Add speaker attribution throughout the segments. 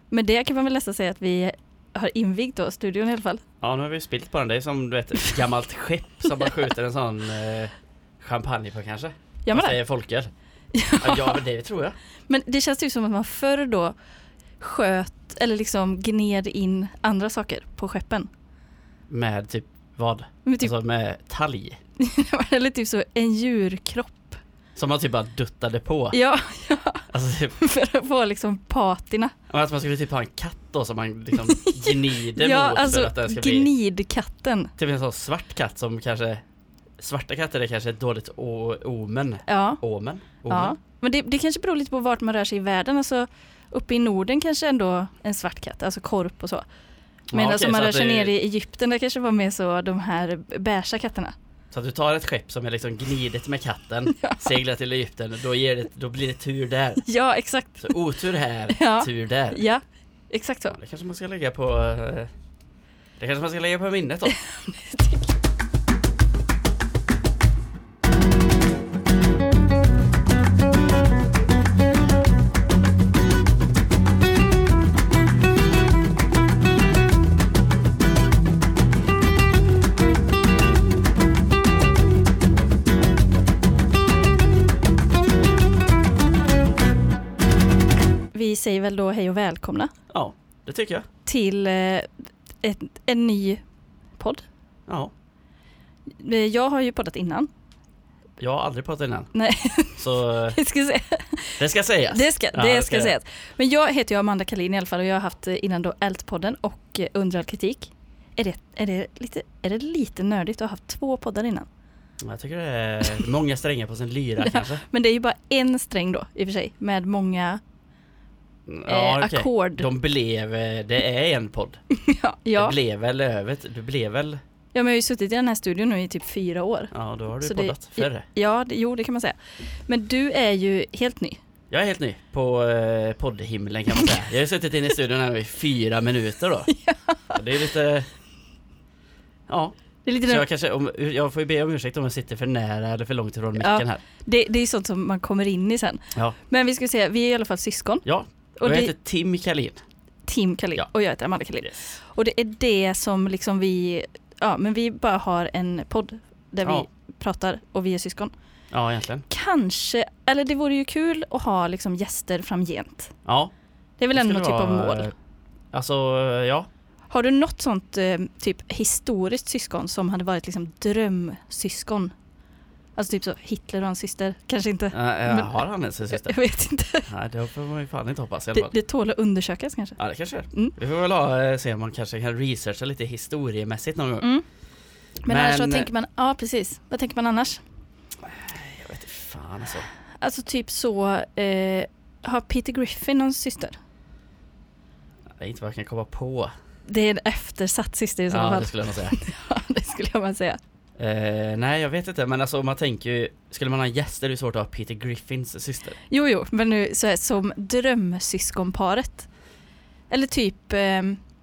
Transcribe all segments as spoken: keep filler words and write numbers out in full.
Speaker 1: Men det kan man väl nästan säga att vi har invigt då, studion i alla fall.
Speaker 2: Ja, nu har vi spilt på den. Det är som du vet, ett gammalt skepp som man skjuter en sån eh, champagne på kanske.
Speaker 1: Ja, men
Speaker 2: det är folköl. Ja, ja, men det tror jag.
Speaker 1: Men det känns ju som att man förr då sköt eller liksom gned in andra saker på skeppen.
Speaker 2: Med typ vad?
Speaker 1: Med typ,
Speaker 2: alltså med talg.
Speaker 1: eller typ så en djurkropp.
Speaker 2: Som man typ bara duttade på.
Speaker 1: Ja, ja.
Speaker 2: Alltså typ,
Speaker 1: för att få liksom patina.
Speaker 2: att man skulle typ ha en katt då som man liksom gnider
Speaker 1: ja,
Speaker 2: mot
Speaker 1: alltså
Speaker 2: för att den ska bli...
Speaker 1: gnidkatten.
Speaker 2: Typ en sån svart katt som kanske... Svarta katter är kanske ett dåligt å- omen.
Speaker 1: Ja.
Speaker 2: Omen? Omen.
Speaker 1: Ja. Men det, det kanske beror lite på vart man rör sig i världen. Alltså uppe i Norden kanske ändå en svart katt, alltså korp och så. Men
Speaker 2: ja,
Speaker 1: alltså
Speaker 2: okay,
Speaker 1: man rör sig
Speaker 2: det...
Speaker 1: ner i Egypten, där kanske var med så de här beiga katterna.
Speaker 2: Så att du tar ett skepp som är liksom gnidet med katten, ja. seglar till Egypten, då, ger det, då blir det tur där.
Speaker 1: Ja, exakt.
Speaker 2: Så otur här,
Speaker 1: ja.
Speaker 2: tur där.
Speaker 1: Ja, exakt så.
Speaker 2: Ja, det kanske man ska lägga på... Det kanske man ska lägga på minnet då.
Speaker 1: Vi säger väl då hej och välkomna.
Speaker 2: Ja, det tycker jag.
Speaker 1: Till eh, ett, en ny podd.
Speaker 2: Ja.
Speaker 1: Jag har ju poddat innan.
Speaker 2: Jag har aldrig poddat innan.
Speaker 1: Nej.
Speaker 2: Så
Speaker 1: det ska säga.
Speaker 2: Det ska sägas.
Speaker 1: Det ska,
Speaker 2: ja,
Speaker 1: det
Speaker 2: det
Speaker 1: ska,
Speaker 2: ska
Speaker 1: sägas. Men jag heter ju Amanda Kalin i alla fall och jag har haft innan då Ältpodden och Under all kritik. Är det, är, det lite, är det lite nördigt att ha haft två poddar innan?
Speaker 2: Jag tycker det är många strängar på sin lyra ja, kanske.
Speaker 1: Men det är ju bara en sträng då i och för sig med många
Speaker 2: ja,
Speaker 1: eh,
Speaker 2: okay.
Speaker 1: ackord.
Speaker 2: De blev, det är en podd.
Speaker 1: ja, ja.
Speaker 2: Det blev väl övet, du blev väl...
Speaker 1: Ja, men jag har ju suttit i den här studion nu i typ fyra år.
Speaker 2: Ja, då har du
Speaker 1: så
Speaker 2: poddat
Speaker 1: det,
Speaker 2: förr.
Speaker 1: Ja, det, jo det kan man säga. Men du är ju helt ny.
Speaker 2: Jag är helt ny på eh, poddhimlen kan man säga. Jag har suttit inne i studion här i fyra minuter då.
Speaker 1: ja.
Speaker 2: Det är lite... Ja.
Speaker 1: Det är lite
Speaker 2: så
Speaker 1: nö-
Speaker 2: jag, kanske, om, jag får ju be om ursäkt om jag sitter för nära eller för långt ifrån micken
Speaker 1: ja,
Speaker 2: här.
Speaker 1: Det, det är sånt som man kommer in i sen.
Speaker 2: Ja.
Speaker 1: Men vi ska säga, vi är i alla fall syskon.
Speaker 2: Ja, och, och jag det, heter Tim Kalin.
Speaker 1: Tim Kalin, ja. Och jag heter Amanda Kalin.
Speaker 2: Yes.
Speaker 1: Och det är det som liksom vi... Ja, men vi bara har en podd där
Speaker 2: ja.
Speaker 1: vi pratar och vi är syskon.
Speaker 2: Ja, egentligen.
Speaker 1: Kanske, eller det vore ju kul att ha liksom gäster framgent.
Speaker 2: Ja.
Speaker 1: Det är väl ändå någon typ av mål.
Speaker 2: Alltså, ja.
Speaker 1: Har du något sånt eh, typ historiskt syskon som hade varit liksom drömsyskon? Alltså typ så Hitler och hans syster, kanske inte.
Speaker 2: Äh, men, har han en syster?
Speaker 1: Jag vet inte.
Speaker 2: Nej, det får man ju fan inte hoppas i alla fall.
Speaker 1: Det, det tål att undersökas kanske.
Speaker 2: Ja, det kanske är.
Speaker 1: Mm.
Speaker 2: Vi får väl ha, se om man kanske kan researcha lite historiemässigt någon gång.
Speaker 1: Mm. Men,
Speaker 2: Men
Speaker 1: annars så tänker man, ja precis. Vad tänker man annars?
Speaker 2: Jag vet inte fan alltså.
Speaker 1: Alltså typ så, eh, har Peter Griffin någon syster?
Speaker 2: Det är inte vad jag kan komma på.
Speaker 1: Det är en eftersatt syster i så fall.
Speaker 2: Ja, det skulle jag nog säga.
Speaker 1: Ja, det skulle jag bara säga.
Speaker 2: Eh, nej, jag vet inte. Men alltså, man tänker ju... Skulle man ha gäster är det svårt att ha Peter Griffins syster.
Speaker 1: Jo, jo. Men nu så är som drömsyskonparet. Eller typ... Eh,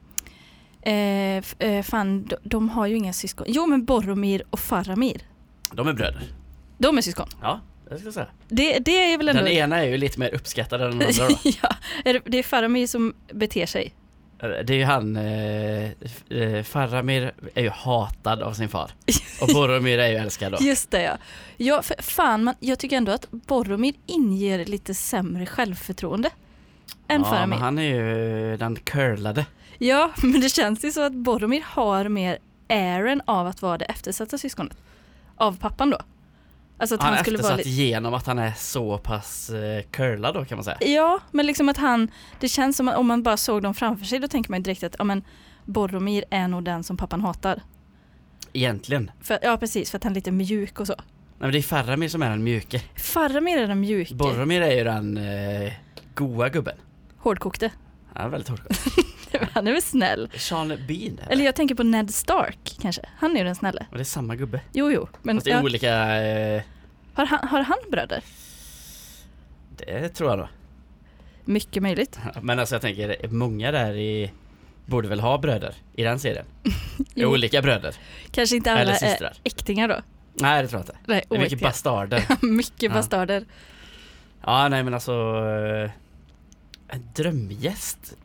Speaker 1: eh, fan, de, de har ju inga syskon. Jo, men Boromir och Faramir.
Speaker 2: De är bröder.
Speaker 1: De är syskon.
Speaker 2: Ja, det ska jag säga.
Speaker 1: Det, det är väl ändå...
Speaker 2: Den ena är ju lite mer uppskattad än den andra då.
Speaker 1: Ja, är det, det är Faramir som beter sig.
Speaker 2: Det är ju han... Eh, eh, Faramir är ju hatad av sin far. Och Boromir är ju älskad då.
Speaker 1: Just det, ja. Ja, för fan, man, jag tycker ändå att Boromir inger lite sämre självförtroende än
Speaker 2: ja,
Speaker 1: Faramir.
Speaker 2: Men han är ju den curlade.
Speaker 1: Ja, men det känns ju så att Boromir har mer airen av att vara det eftersatta syskonet. Av pappan då. Alltså att
Speaker 2: han
Speaker 1: han
Speaker 2: är
Speaker 1: skulle
Speaker 2: eftersatt
Speaker 1: vara li-
Speaker 2: genom att han är så pass eh, curlad då kan man säga.
Speaker 1: Ja, men liksom att han... Det känns som att om man bara såg dem framför sig, då tänker man direkt att ja, men Boromir är nog den som pappan hatar.
Speaker 2: Egentligen.
Speaker 1: För, ja, precis. För att han är lite mjuk och så.
Speaker 2: Nej, men det är Faramir som är den mjuke.
Speaker 1: Faramir är den mjuke.
Speaker 2: Boromir är ju den eh, goa gubben.
Speaker 1: Hårdkokte.
Speaker 2: Ja, väldigt hårdkokt.
Speaker 1: Han är väl snäll.
Speaker 2: Sean Bean eller?
Speaker 1: Eller jag tänker på Ned Stark kanske. Han är ju den snälle.
Speaker 2: Och det är samma gubbe.
Speaker 1: Jo, jo. Men
Speaker 2: Fast det är
Speaker 1: ja,
Speaker 2: olika... Eh,
Speaker 1: har, han, har han bröder?
Speaker 2: det tror jag då.
Speaker 1: Mycket möjligt.
Speaker 2: Men alltså jag tänker, många där i... Borde väl ha bröder i den serien.
Speaker 1: Jo.
Speaker 2: Olika bröder.
Speaker 1: Kanske inte
Speaker 2: Eller
Speaker 1: alla är
Speaker 2: systrar.
Speaker 1: äktingar då.
Speaker 2: Nej, det tror jag inte.
Speaker 1: Nej,
Speaker 2: Det är mycket
Speaker 1: oäktingar.
Speaker 2: bastarder.
Speaker 1: Mycket
Speaker 2: Ja.
Speaker 1: bastarder.
Speaker 2: Ja, nej men alltså... eh, En drömgäst.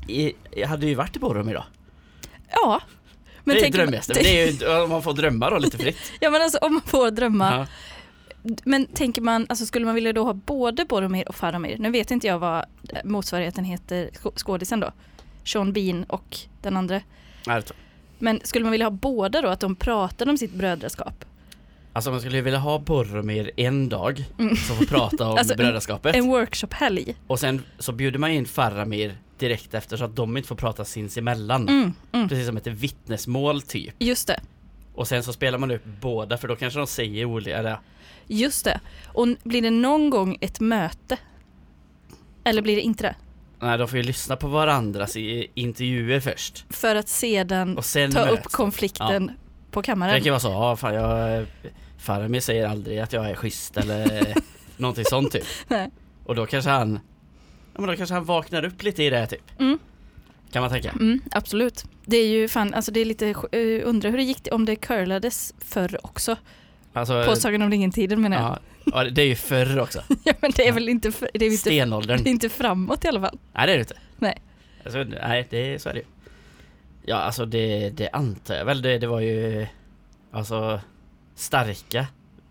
Speaker 2: i, jag hade ju varit i Boromir då.
Speaker 1: Ja. Men
Speaker 2: det är
Speaker 1: tänk,
Speaker 2: drömgästen. Det är ju om man får drömma då lite fritt.
Speaker 1: Ja, men alltså om man får drömma.
Speaker 2: Ja.
Speaker 1: Men tänker man, alltså skulle man vilja då ha både Boromir och Faramir? Nu vet inte jag vad motsvarigheten heter, skådisen då. Sean Bean och den andra.
Speaker 2: Nej,
Speaker 1: men skulle man vilja ha båda då, att de pratar om sitt brödraskap?
Speaker 2: alltså man skulle vilja ha Boromir en dag mm. som får prata om
Speaker 1: alltså
Speaker 2: brödraskapet.
Speaker 1: En, en workshop-helg.
Speaker 2: Och sen så bjuder man in Faramir direkt efter så att de inte får prata sinsemellan.
Speaker 1: Mm, mm.
Speaker 2: Precis som ett vittnesmål typ.
Speaker 1: Just det.
Speaker 2: Och sen så spelar man upp båda för då kanske de säger olika. Eller?
Speaker 1: Just det. Och blir det någon gång ett möte? Eller blir det inte det?
Speaker 2: Nej, de får ju lyssna på varandras intervjuer först.
Speaker 1: För att sedan,
Speaker 2: och sen
Speaker 1: ta
Speaker 2: möts.
Speaker 1: upp konflikten ja. på kammaren.
Speaker 2: Det kan vara så, ja, fan, jag, Faramir säger aldrig att jag är schysst eller någonting sånt typ.
Speaker 1: Nej.
Speaker 2: Och då kanske han ja, men då kanske han vaknar upp lite i det typ.
Speaker 1: Mm.
Speaker 2: Kan man tänka.
Speaker 1: Mm, absolut. Det är ju fan, alltså det är lite, uh, undrar hur det gick om det curlades förr också.
Speaker 2: Alltså,
Speaker 1: på Sagan om ringen-tiden menar jag.
Speaker 2: Ja, ja, det är ju förr också.
Speaker 1: Ja, men det är väl inte, för, det är inte
Speaker 2: stenåldern.
Speaker 1: Det är inte framåt i alla fall.
Speaker 2: Nej, det är det inte.
Speaker 1: Nej.
Speaker 2: Alltså, nej, det är så är det ju. Ja, alltså det, det antar jag väl. Det, det var ju alltså starka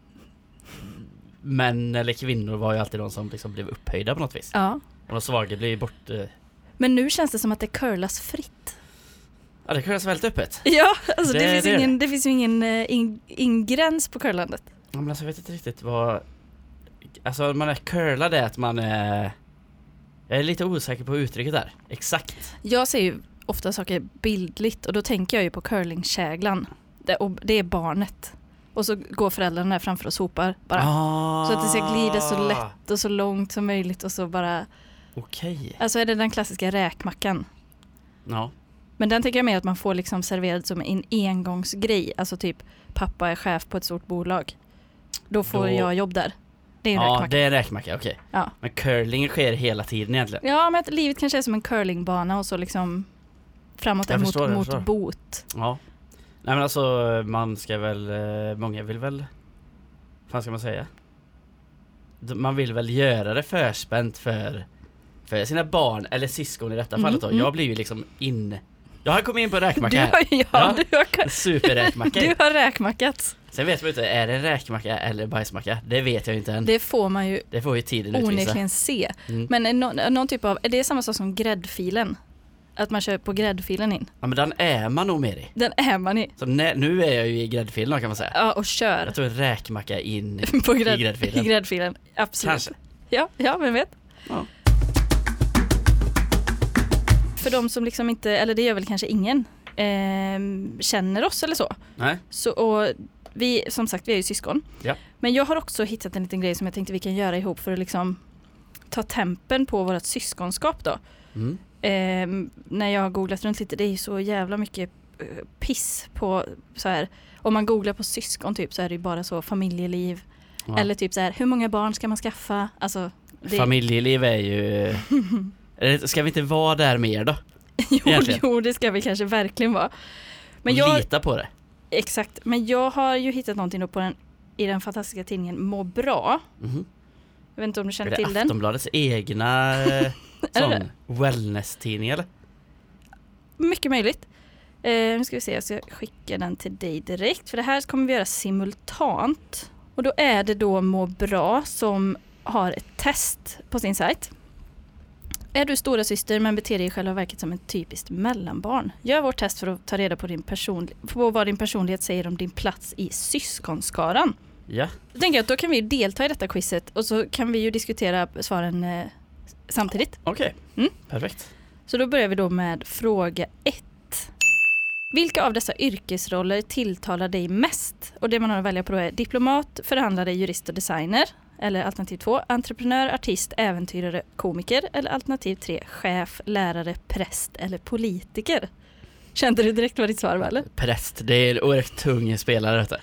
Speaker 2: män eller kvinnor var ju alltid de som liksom blev upphöjda på något vis.
Speaker 1: Ja.
Speaker 2: Och de svaga blir bort. Eh...
Speaker 1: Men nu känns det som att det curlas fritt.
Speaker 2: Ja, det curlas väldigt öppet.
Speaker 1: Ja, alltså det, det, finns,
Speaker 2: det
Speaker 1: ingen,
Speaker 2: det.
Speaker 1: det finns ju ingen uh, in, ingräns på curlandet.
Speaker 2: Ja, men alltså jag vet inte riktigt vad... Alltså man är curlad är att man är... Jag är lite osäker på uttrycket där. Exakt.
Speaker 1: Jag ser ju ofta saker bildligt och då tänker jag ju på curlingkäglan. Det, och det är barnet. Och så går föräldrarna framför och sopar bara.
Speaker 2: Ah.
Speaker 1: Så att det ska glida så lätt och så långt som möjligt och så bara...
Speaker 2: Okej. Okay.
Speaker 1: Alltså är det den klassiska räkmackan.
Speaker 2: Ja.
Speaker 1: Men den tycker jag mer att man får liksom serverad som en engångsgrej. Alltså typ, pappa är chef på ett stort bolag. Då får då... jag jobb där. Det är en
Speaker 2: ja,
Speaker 1: räkmacka.
Speaker 2: Ja, det är en räkmacka, okej. Okay.
Speaker 1: Ja.
Speaker 2: Men curling sker hela tiden egentligen.
Speaker 1: Ja, men att livet kanske är som en curlingbana och så liksom framåt mot,
Speaker 2: förstår,
Speaker 1: mot bot.
Speaker 2: Ja. Nej men alltså, man ska väl, många vill väl, vad ska man säga? Man vill väl göra det förspänt för, för sina barn eller syskon i detta mm, fallet då. Mm. Jag blir ju liksom in... Jag har kommit in på räkmacka här.
Speaker 1: Du har, ja, ja. Du har,
Speaker 2: superräkmacka.
Speaker 1: Du har räkmackats.
Speaker 2: Sen vet man inte, är det räkmacka eller bajsmacka? Det vet jag inte än.
Speaker 1: Det får man ju,
Speaker 2: det får ju tiden utvisa.
Speaker 1: Onekligen se. Mm. Men är no, någon typ av, är det samma sak som gräddfilen? Att man kör på gräddfilen in?
Speaker 2: Ja, men den är man nog med i.
Speaker 1: Den är man i.
Speaker 2: Så nä, nu är jag ju i gräddfilen kan man säga.
Speaker 1: Ja, och kör.
Speaker 2: Jag tror en räkmacka in
Speaker 1: på grädd,
Speaker 2: i gräddfilen.
Speaker 1: I gräddfilen, absolut.
Speaker 2: Kanske.
Speaker 1: Ja, ja, vem vet.
Speaker 2: Ja.
Speaker 1: För de som liksom inte, eller det gör väl kanske ingen, eh, känner oss eller så.
Speaker 2: Nej.
Speaker 1: Så, och vi, som sagt, vi är ju syskon.
Speaker 2: Ja.
Speaker 1: Men jag har också hittat en liten grej som jag tänkte vi kan göra ihop för att liksom ta tempen på vårt syskonskap då.
Speaker 2: Mm.
Speaker 1: Eh, när jag har googlat runt lite, det är ju så jävla mycket piss på så här. Om man googlar på syskon typ så är det ju bara så familjeliv. Ja. Eller typ så här, hur många barn ska man skaffa? Alltså, det... Familjeliv
Speaker 2: är ju... Ska vi inte vara där mer då?
Speaker 1: jo, jo, det ska vi kanske verkligen vara.
Speaker 2: Men jag... Lita på det.
Speaker 1: Exakt, men jag har ju hittat någonting då på den, i den fantastiska tidningen Må bra.
Speaker 2: Mm-hmm.
Speaker 1: Jag vet inte om du känner
Speaker 2: till den. Är det Aftonbladets egna sån wellness-tidning eller?
Speaker 1: Mycket möjligt. Eh, nu ska vi se, jag ska skicka den till dig direkt. För det här kommer vi göra simultant. Och då är det då Må bra som har ett test på sin sajt. Är du stora syster men beter dig i själva verket som en typiskt mellanbarn? Gör vårt test för att ta reda på, din personlig- på vad din personlighet säger om din plats i syskonskaran.
Speaker 2: Ja.
Speaker 1: Då tänker jag att då kan vi delta i detta quizet och så kan vi ju diskutera svaren eh, samtidigt.
Speaker 2: Okej, okay. mm. Perfekt.
Speaker 1: Så då börjar vi då med fråga ett. Vilka av dessa yrkesroller tilltalar dig mest? Och det man har att välja på då är diplomat, förhandlare, jurist och designer. Eller alternativ två, entreprenör, artist, äventyrare, komiker. Eller alternativ tre, chef, lärare, präst eller politiker. Kände du direkt vad ditt svar var, eller?
Speaker 2: Präst, det är en oerhört tung spelare detta.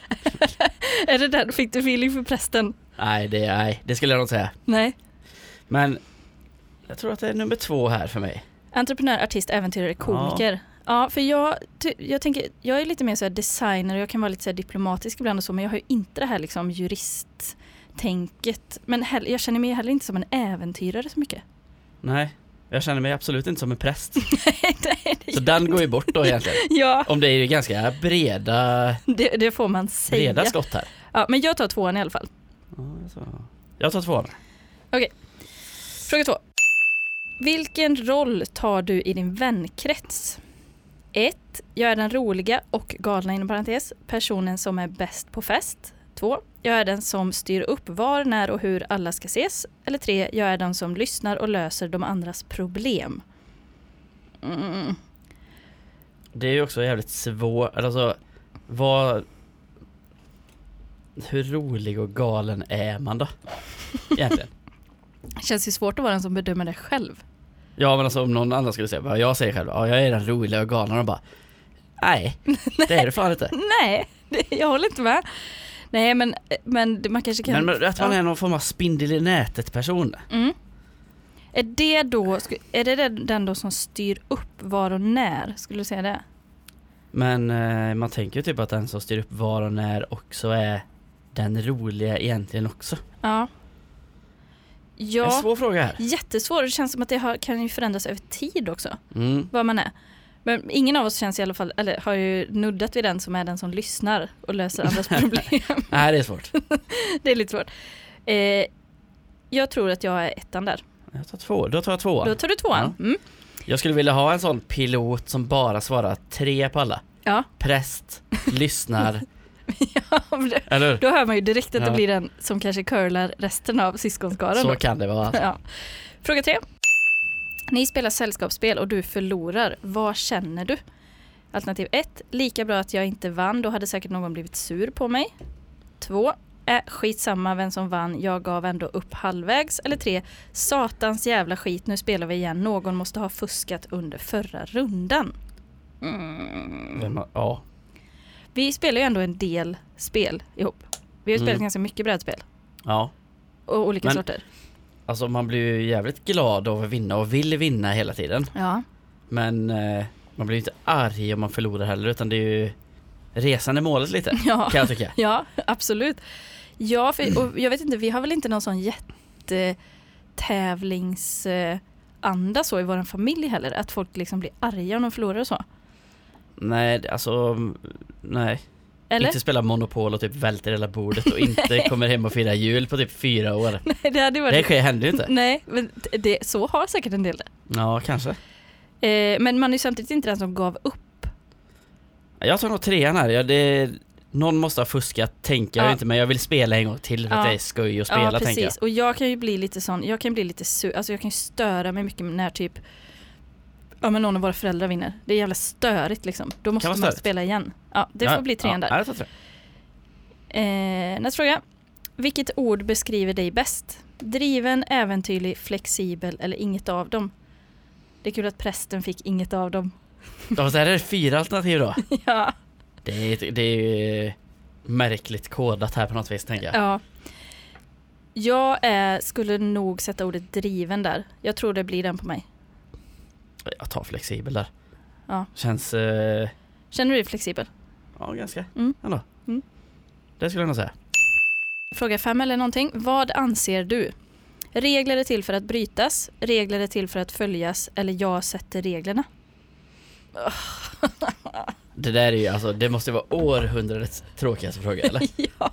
Speaker 1: Är det där, fick du feeling för prästen?
Speaker 2: Nej det, nej, det skulle jag nog säga.
Speaker 1: Nej.
Speaker 2: Men jag tror att det är nummer två här för mig.
Speaker 1: Entreprenör, artist, äventyrare, komiker. Ja. Ja, för jag, jag tänker, jag är lite mer så här designer och jag kan vara lite så här diplomatisk ibland och så, men jag har ju inte det här liksom juristtänket. Men he- jag känner mig heller inte som en äventyrare så mycket.
Speaker 2: Nej. Jag känner mig absolut inte som en präst.
Speaker 1: nej, nej, det
Speaker 2: Så den går ju bort då egentligen.
Speaker 1: Ja,
Speaker 2: Om det är ju ganska breda,
Speaker 1: det, det får man säga.
Speaker 2: breda skott här.
Speaker 1: Ja, men jag tar tvåan i alla fall.
Speaker 2: Ja, så. Jag tar tvåan.
Speaker 1: Fråga två. Vilken roll tar du i din vänkrets? ett. Jag är den roliga och galna inom parentes. Personen som är bäst på fest. två. Jag är den som styr upp var, när och hur alla ska ses. Eller tre. Jag är den som lyssnar och löser de andras problem. Mm.
Speaker 2: Det är ju också jävligt svårt. Alltså, vad... Hur rolig och galen är man då? Egentligen.
Speaker 1: Det känns ju svårt att vara den som bedömer det själv.
Speaker 2: Ja, men alltså om någon annan skulle säga, vad jag säger själv, ja, jag är den roliga och galna, och bara, nej, det är det fan inte.
Speaker 1: Nej, det, jag håller inte med. Nej, men, men man kanske kan...
Speaker 2: Men, men att man är någon form av spindel i nätet person.
Speaker 1: Mm. Är det då, är det den då som styr upp var och när? Skulle du säga det?
Speaker 2: Men eh, man tänker ju typ att den som styr upp var och när också är den roliga egentligen också.
Speaker 1: Ja. Ja.
Speaker 2: En svår fråga här.
Speaker 1: Jättesvår. Det känns som att det har, kan ju förändras över tid också.
Speaker 2: Mm.
Speaker 1: Vad man är. Men ingen av oss känns i alla fall, eller har ju nuddat vid den som är den som lyssnar och löser andras problem.
Speaker 2: Nej, det är svårt.
Speaker 1: Det är lite svårt. Eh, jag tror att jag är ettan där.
Speaker 2: Jag tar två. Då tar jag tvåan.
Speaker 1: Då tar du tvåan.
Speaker 2: Ja.
Speaker 1: Mm.
Speaker 2: Jag skulle vilja ha en sån pilot som bara svarar tre på alla.
Speaker 1: Ja.
Speaker 2: Präst, lyssnar.
Speaker 1: Ja, det,
Speaker 2: Eller?
Speaker 1: då hör man ju direkt att
Speaker 2: Ja.
Speaker 1: det blir den som kanske curlar resten av syskonskaran.
Speaker 2: Så
Speaker 1: då.
Speaker 2: kan det vara. Alltså.
Speaker 1: Ja. Fråga tre. Ni spelar sällskapsspel och du förlorar. Vad känner du? Alternativ ett. Lika bra att jag inte vann. Då hade säkert någon blivit sur på mig. två. Äh, skitsamma vem som vann. Jag gav ändå upp halvvägs. Eller tre. Satans jävla skit. Nu spelar vi igen. Någon måste ha fuskat under förra rundan. Mm.
Speaker 2: Vem, ja.
Speaker 1: Vi spelar ju ändå en del spel ihop. Vi har spelat
Speaker 2: Mm.
Speaker 1: ganska mycket brädspel.
Speaker 2: Ja.
Speaker 1: Och olika
Speaker 2: Men-
Speaker 1: sorter.
Speaker 2: Alltså man blir ju jävligt glad av att vinna och vill vinna hela tiden.
Speaker 1: Ja.
Speaker 2: Men eh, man blir ju inte arg om man förlorar heller, utan det är ju resan i målet lite,
Speaker 1: Ja.
Speaker 2: kan jag tycka.
Speaker 1: Ja, absolut. Ja, för, och jag vet inte, vi har väl inte någon sån jättetävlingsanda så i vår familj heller. Att folk liksom blir arga om de förlorar och så.
Speaker 2: Nej, det- alltså nej.
Speaker 1: Eller?
Speaker 2: Inte spela Monopol och typ välter hela bordet och inte kommer hem och fira jul på typ fyra år.
Speaker 1: Nej, det hade ju varit...
Speaker 2: Det sker, händer ju inte.
Speaker 1: Nej, men det, så har säkert en del det.
Speaker 2: Ja, kanske.
Speaker 1: Eh, men man är ju samtidigt inte den som gav upp.
Speaker 2: Jag tar nog trean här. Ja, det, någon måste ha fuskat, tänker
Speaker 1: Ja.
Speaker 2: jag inte, men jag vill spela en gång till för att
Speaker 1: Ja.
Speaker 2: det är skoj att spela,
Speaker 1: Ja,
Speaker 2: tänker jag.
Speaker 1: precis. Och jag kan ju bli lite sån, jag kan bli lite sur, alltså jag kan ju störa mig mycket när typ ja, men någon av våra föräldrar vinner. Det är jävla störigt liksom. Då måste
Speaker 2: vara
Speaker 1: man
Speaker 2: störigt.
Speaker 1: spela igen. Ja, det
Speaker 2: Ja,
Speaker 1: får bli trean
Speaker 2: ja,
Speaker 1: där.
Speaker 2: jag tar tre.
Speaker 1: Eh, nästa fråga. Vilket ord beskriver dig bäst? Driven, äventyrlig, flexibel eller inget av dem? Det är kul att prästen fick inget av dem.
Speaker 2: Ja, så här är det fyra alternativ då.
Speaker 1: Ja.
Speaker 2: Det är, det är ju märkligt kodat här på något vis, tänker jag.
Speaker 1: Ja. Jag är, skulle nog sätta ordet driven där. Jag tror det blir den på mig.
Speaker 2: Jag tar flexibel där.
Speaker 1: Ja.
Speaker 2: Känns, eh,
Speaker 1: Känner du dig flexibel?
Speaker 2: ja, ganska.
Speaker 1: Mm.
Speaker 2: Ändå.
Speaker 1: Mm.
Speaker 2: Det skulle jag nog säga.
Speaker 1: Fråga fem eller någonting. Vad anser du? Regler är till för att brytas. Regler är till för att följas. Eller jag sätter reglerna.
Speaker 2: Det där är ju, alltså, det måste vara århundradets tråkigaste fråga, eller?
Speaker 1: Ja.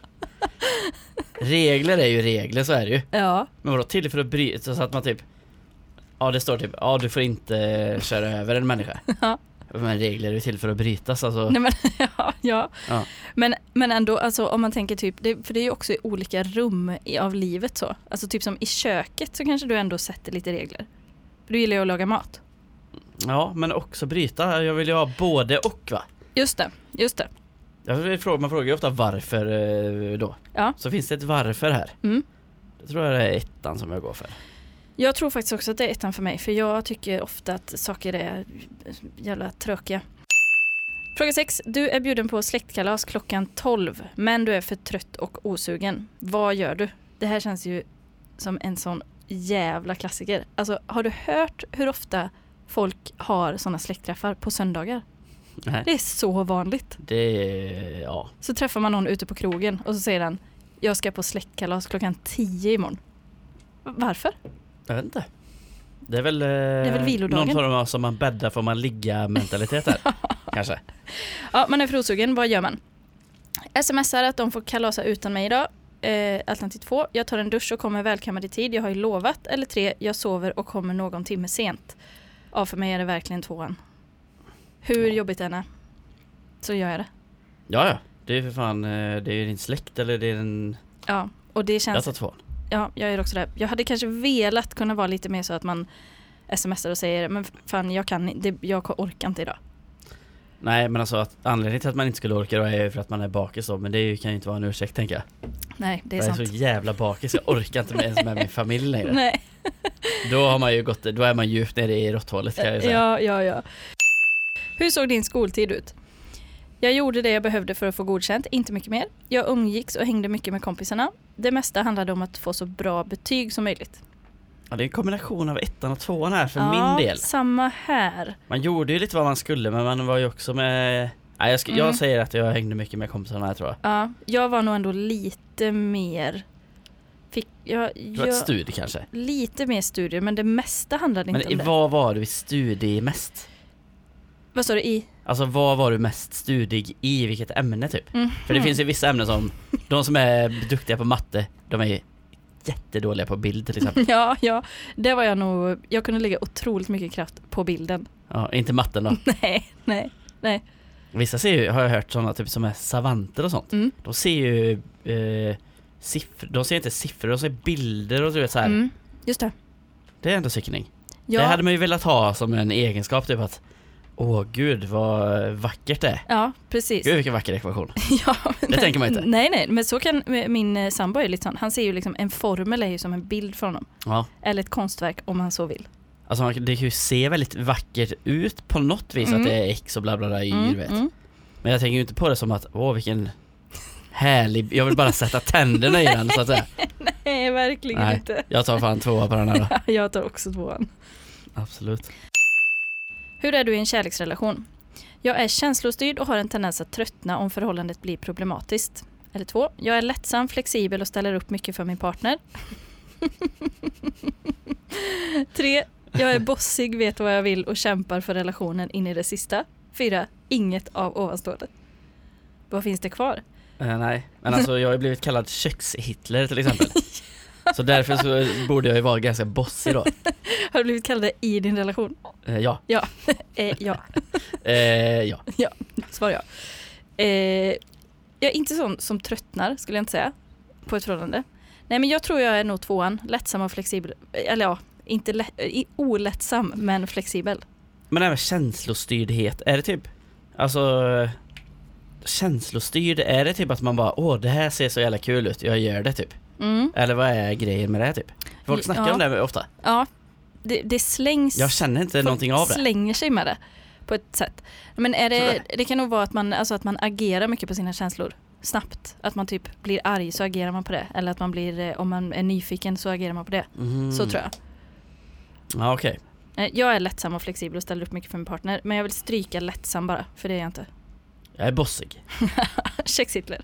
Speaker 2: Regler är ju regler, så är det ju.
Speaker 1: Ja.
Speaker 2: Men vadå till för att bryta, så att man typ, ja, det står typ, ja, du får inte köra över en människa.
Speaker 1: Ja.
Speaker 2: Men regler är ju till för att brytas, alltså.
Speaker 1: Nej, men, ja, ja.
Speaker 2: Ja.
Speaker 1: Men, men ändå, alltså, om man tänker typ, det, för det är ju också i olika rum i, av livet så. Alltså typ som i köket så kanske du ändå sätter lite regler. För du gillar ju att laga mat.
Speaker 2: Ja, men också bryta. Jag vill ju ha både och, va?
Speaker 1: Just det, just det.
Speaker 2: Jag vill fråga, man frågar ju ofta varför eh, då.
Speaker 1: Ja.
Speaker 2: Så finns det ett varför här.
Speaker 1: Mm.
Speaker 2: Jag tror det är ettan som jag går för.
Speaker 1: Jag tror faktiskt också att det är ettan för mig. För jag tycker ofta att saker är jävla tråkiga. Fråga sex. Du är bjuden på släktkalas klockan tolv. Men du är för trött och osugen. Vad gör du? Det här känns ju som en sån jävla klassiker. Alltså, har du hört hur ofta folk har såna släktträffar på söndagar?
Speaker 2: Nej.
Speaker 1: Det är så vanligt.
Speaker 2: Det är, ja.
Speaker 1: Så träffar man någon ute på krogen och så säger han, jag ska på släktkalas klockan tio imorgon. Varför?
Speaker 2: Jag vet inte. Det är väl, eh,
Speaker 1: är väl vilodagen.
Speaker 2: någon form av som man bäddar får man ligga mentalitet här. Kanske.
Speaker 1: Ja, man är för osugen. Vad gör man? Smsar att de får kalasa utan mig idag. Eh, alternativ två. Jag tar en dusch och kommer välkammad i tid. Jag har ju lovat. Eller tre. Jag sover och kommer någon timme sent. Ja, för mig är det verkligen tvåan. Hur ja. jobbigt den är. Så gör jag det.
Speaker 2: Ja, ja. Det är för fan, det är ju din släkt eller det är en...
Speaker 1: Ja, och det känns...
Speaker 2: Jag tar två.
Speaker 1: Ja, jag är också där. Jag hade kanske velat kunna vara lite mer så att man smsar och säger men fan, jag kan det, jag orkar inte idag.
Speaker 2: Nej, men alltså att anledningen till att man inte skulle orka då är ju för att man är bakis då, men det kan ju inte vara en ursäkt, tänker jag.
Speaker 1: Nej, det är
Speaker 2: jag
Speaker 1: sant.
Speaker 2: Jag är så jävla bakis, jag orkar inte med, ens med min familj längre.
Speaker 1: Nej.
Speaker 2: Då har man ju gått, då är man djupt nere i råtthålet, kan jag säga.
Speaker 1: Ja, ja, ja. Hur såg din skoltid ut? Jag gjorde det jag behövde för att få godkänt, inte mycket mer. Jag umgicks och hängde mycket med kompisarna. Det mesta handlade om att få så bra betyg som möjligt.
Speaker 2: Ja, det är en kombination av ettan och tvåan här för
Speaker 1: ja,
Speaker 2: min del.
Speaker 1: Samma här.
Speaker 2: Man gjorde ju lite vad man skulle, men man var ju också med... Nej, jag, sk- mm. jag säger att jag hängde mycket med kompisarna här, tror jag.
Speaker 1: Ja, jag var nog ändå lite mer... Fick, jag,
Speaker 2: det var ett studie kanske?
Speaker 1: Lite mer studier, men det mesta handlade
Speaker 2: men
Speaker 1: inte om det.
Speaker 2: Men vad var du i studie mest?
Speaker 1: Vad sa du i?
Speaker 2: Alltså vad var du mest studig i, vilket ämne typ? Mm. För det finns ju vissa ämnen som, de som är duktiga på matte, de är ju jättedåliga på bild till exempel.
Speaker 1: Ja, ja, det var jag nog, jag kunde lägga otroligt mycket kraft på bilden.
Speaker 2: Ja, inte matten då?
Speaker 1: nej, nej, nej.
Speaker 2: Vissa ser ju, har jag hört sådana typ som är savanter och sånt. Mm. De ser ju eh, siffror, de ser inte siffror, de ser bilder och du vet så här.
Speaker 1: Mm, just det.
Speaker 2: Det är ändå cykning.
Speaker 1: Ja.
Speaker 2: Det hade man ju velat ha som en egenskap typ att åh gud, vad vackert det är.
Speaker 1: Ja, precis.
Speaker 2: Gud, vilken vacker ekvation.
Speaker 1: ja,
Speaker 2: det
Speaker 1: men,
Speaker 2: tänker man inte.
Speaker 1: Nej, nej, men så kan min sambo är lite sån. Han ser ju liksom en formel är ju som en bild från honom.
Speaker 2: Ja.
Speaker 1: Eller ett konstverk om han så vill.
Speaker 2: Alltså det kan ju se väldigt vackert ut på något vis mm. att det är X och bla bla bla, mm, vet. Mm. Men jag tänker ju inte på det som att åh, vilken härlig, jag vill bara sätta tänderna i den så att säga.
Speaker 1: Nej, verkligen nej, inte.
Speaker 2: Jag tar fan tvåa på den här då.
Speaker 1: Jag tar också tvåan.
Speaker 2: Absolut.
Speaker 1: Hur är du i en kärleksrelation? Jag är känslostyrd och har en tendens att tröttna om förhållandet blir problematiskt. Eller två. Jag är lättsam, flexibel och ställer upp mycket för min partner. Tre. Jag är bossig, vet vad jag vill och kämpar för relationen in i det sista. Fyra. Inget av ovanstående. Vad finns det kvar?
Speaker 2: Uh, nej, men alltså jag har blivit kallad köks-Hitler till exempel. Så därför så borde jag ju vara ganska bossig då.
Speaker 1: Har du blivit kallad i din relation?
Speaker 2: Eh, ja.
Speaker 1: Ja. eh, ja.
Speaker 2: eh, ja.
Speaker 1: Ja, svar ja. Eh, jag är inte sån som tröttnar, skulle jag inte säga, på ett förhållande. Nej, men jag tror jag är nog tvåan. Lättsam och flexibel. Eller ja, inte lä- olättsam, men flexibel.
Speaker 2: Men även känslostyrdhet, är det typ... Alltså... Känslostyrd, är det typ att man bara åh, det här ser så jävla kul ut, jag gör det typ. Mm. Eller vad är grejen med det här typ? Folk snackar ja. om det ofta.
Speaker 1: Ja, det, det slängs.
Speaker 2: Jag känner inte någonting av det.
Speaker 1: Slänger sig med det på ett sätt. Men är det, det. det kan nog vara att man, alltså att man agerar mycket på sina känslor snabbt. Att man typ blir arg så agerar man på det. Eller att man blir, om man är nyfiken så agerar man på det. Mm. Så tror jag.
Speaker 2: Ja, okej.
Speaker 1: Okay. Jag är lättsam och flexibel och ställer upp mycket för min partner. Men jag vill stryka lättsam bara, för det är jag inte.
Speaker 2: Jag är bossig.
Speaker 1: Check-Hitler.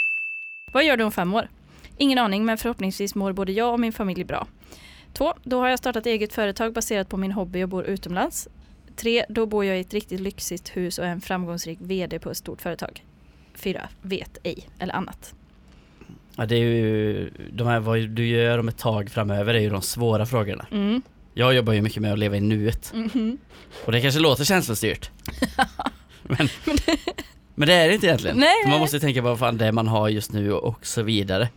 Speaker 1: Vad gör du om fem år? Ingen aning, men förhoppningsvis mår både jag och min familj bra. Två, då har jag startat eget företag baserat på min hobby och bor utomlands. Tre, då bor jag i ett riktigt lyxigt hus och är en framgångsrik vd på ett stort företag. Fyra, vet ej eller annat.
Speaker 2: Ja, det är ju, de här vad du gör om ett tag framöver är ju de svåra frågorna. Mm. Jag jobbar ju mycket med att leva i nuet. Mm-hmm. Och det kanske låter känslostyrt. men, men det är det inte egentligen.
Speaker 1: Nej,
Speaker 2: man måste tänka på vad fan det är man har just nu och så vidare.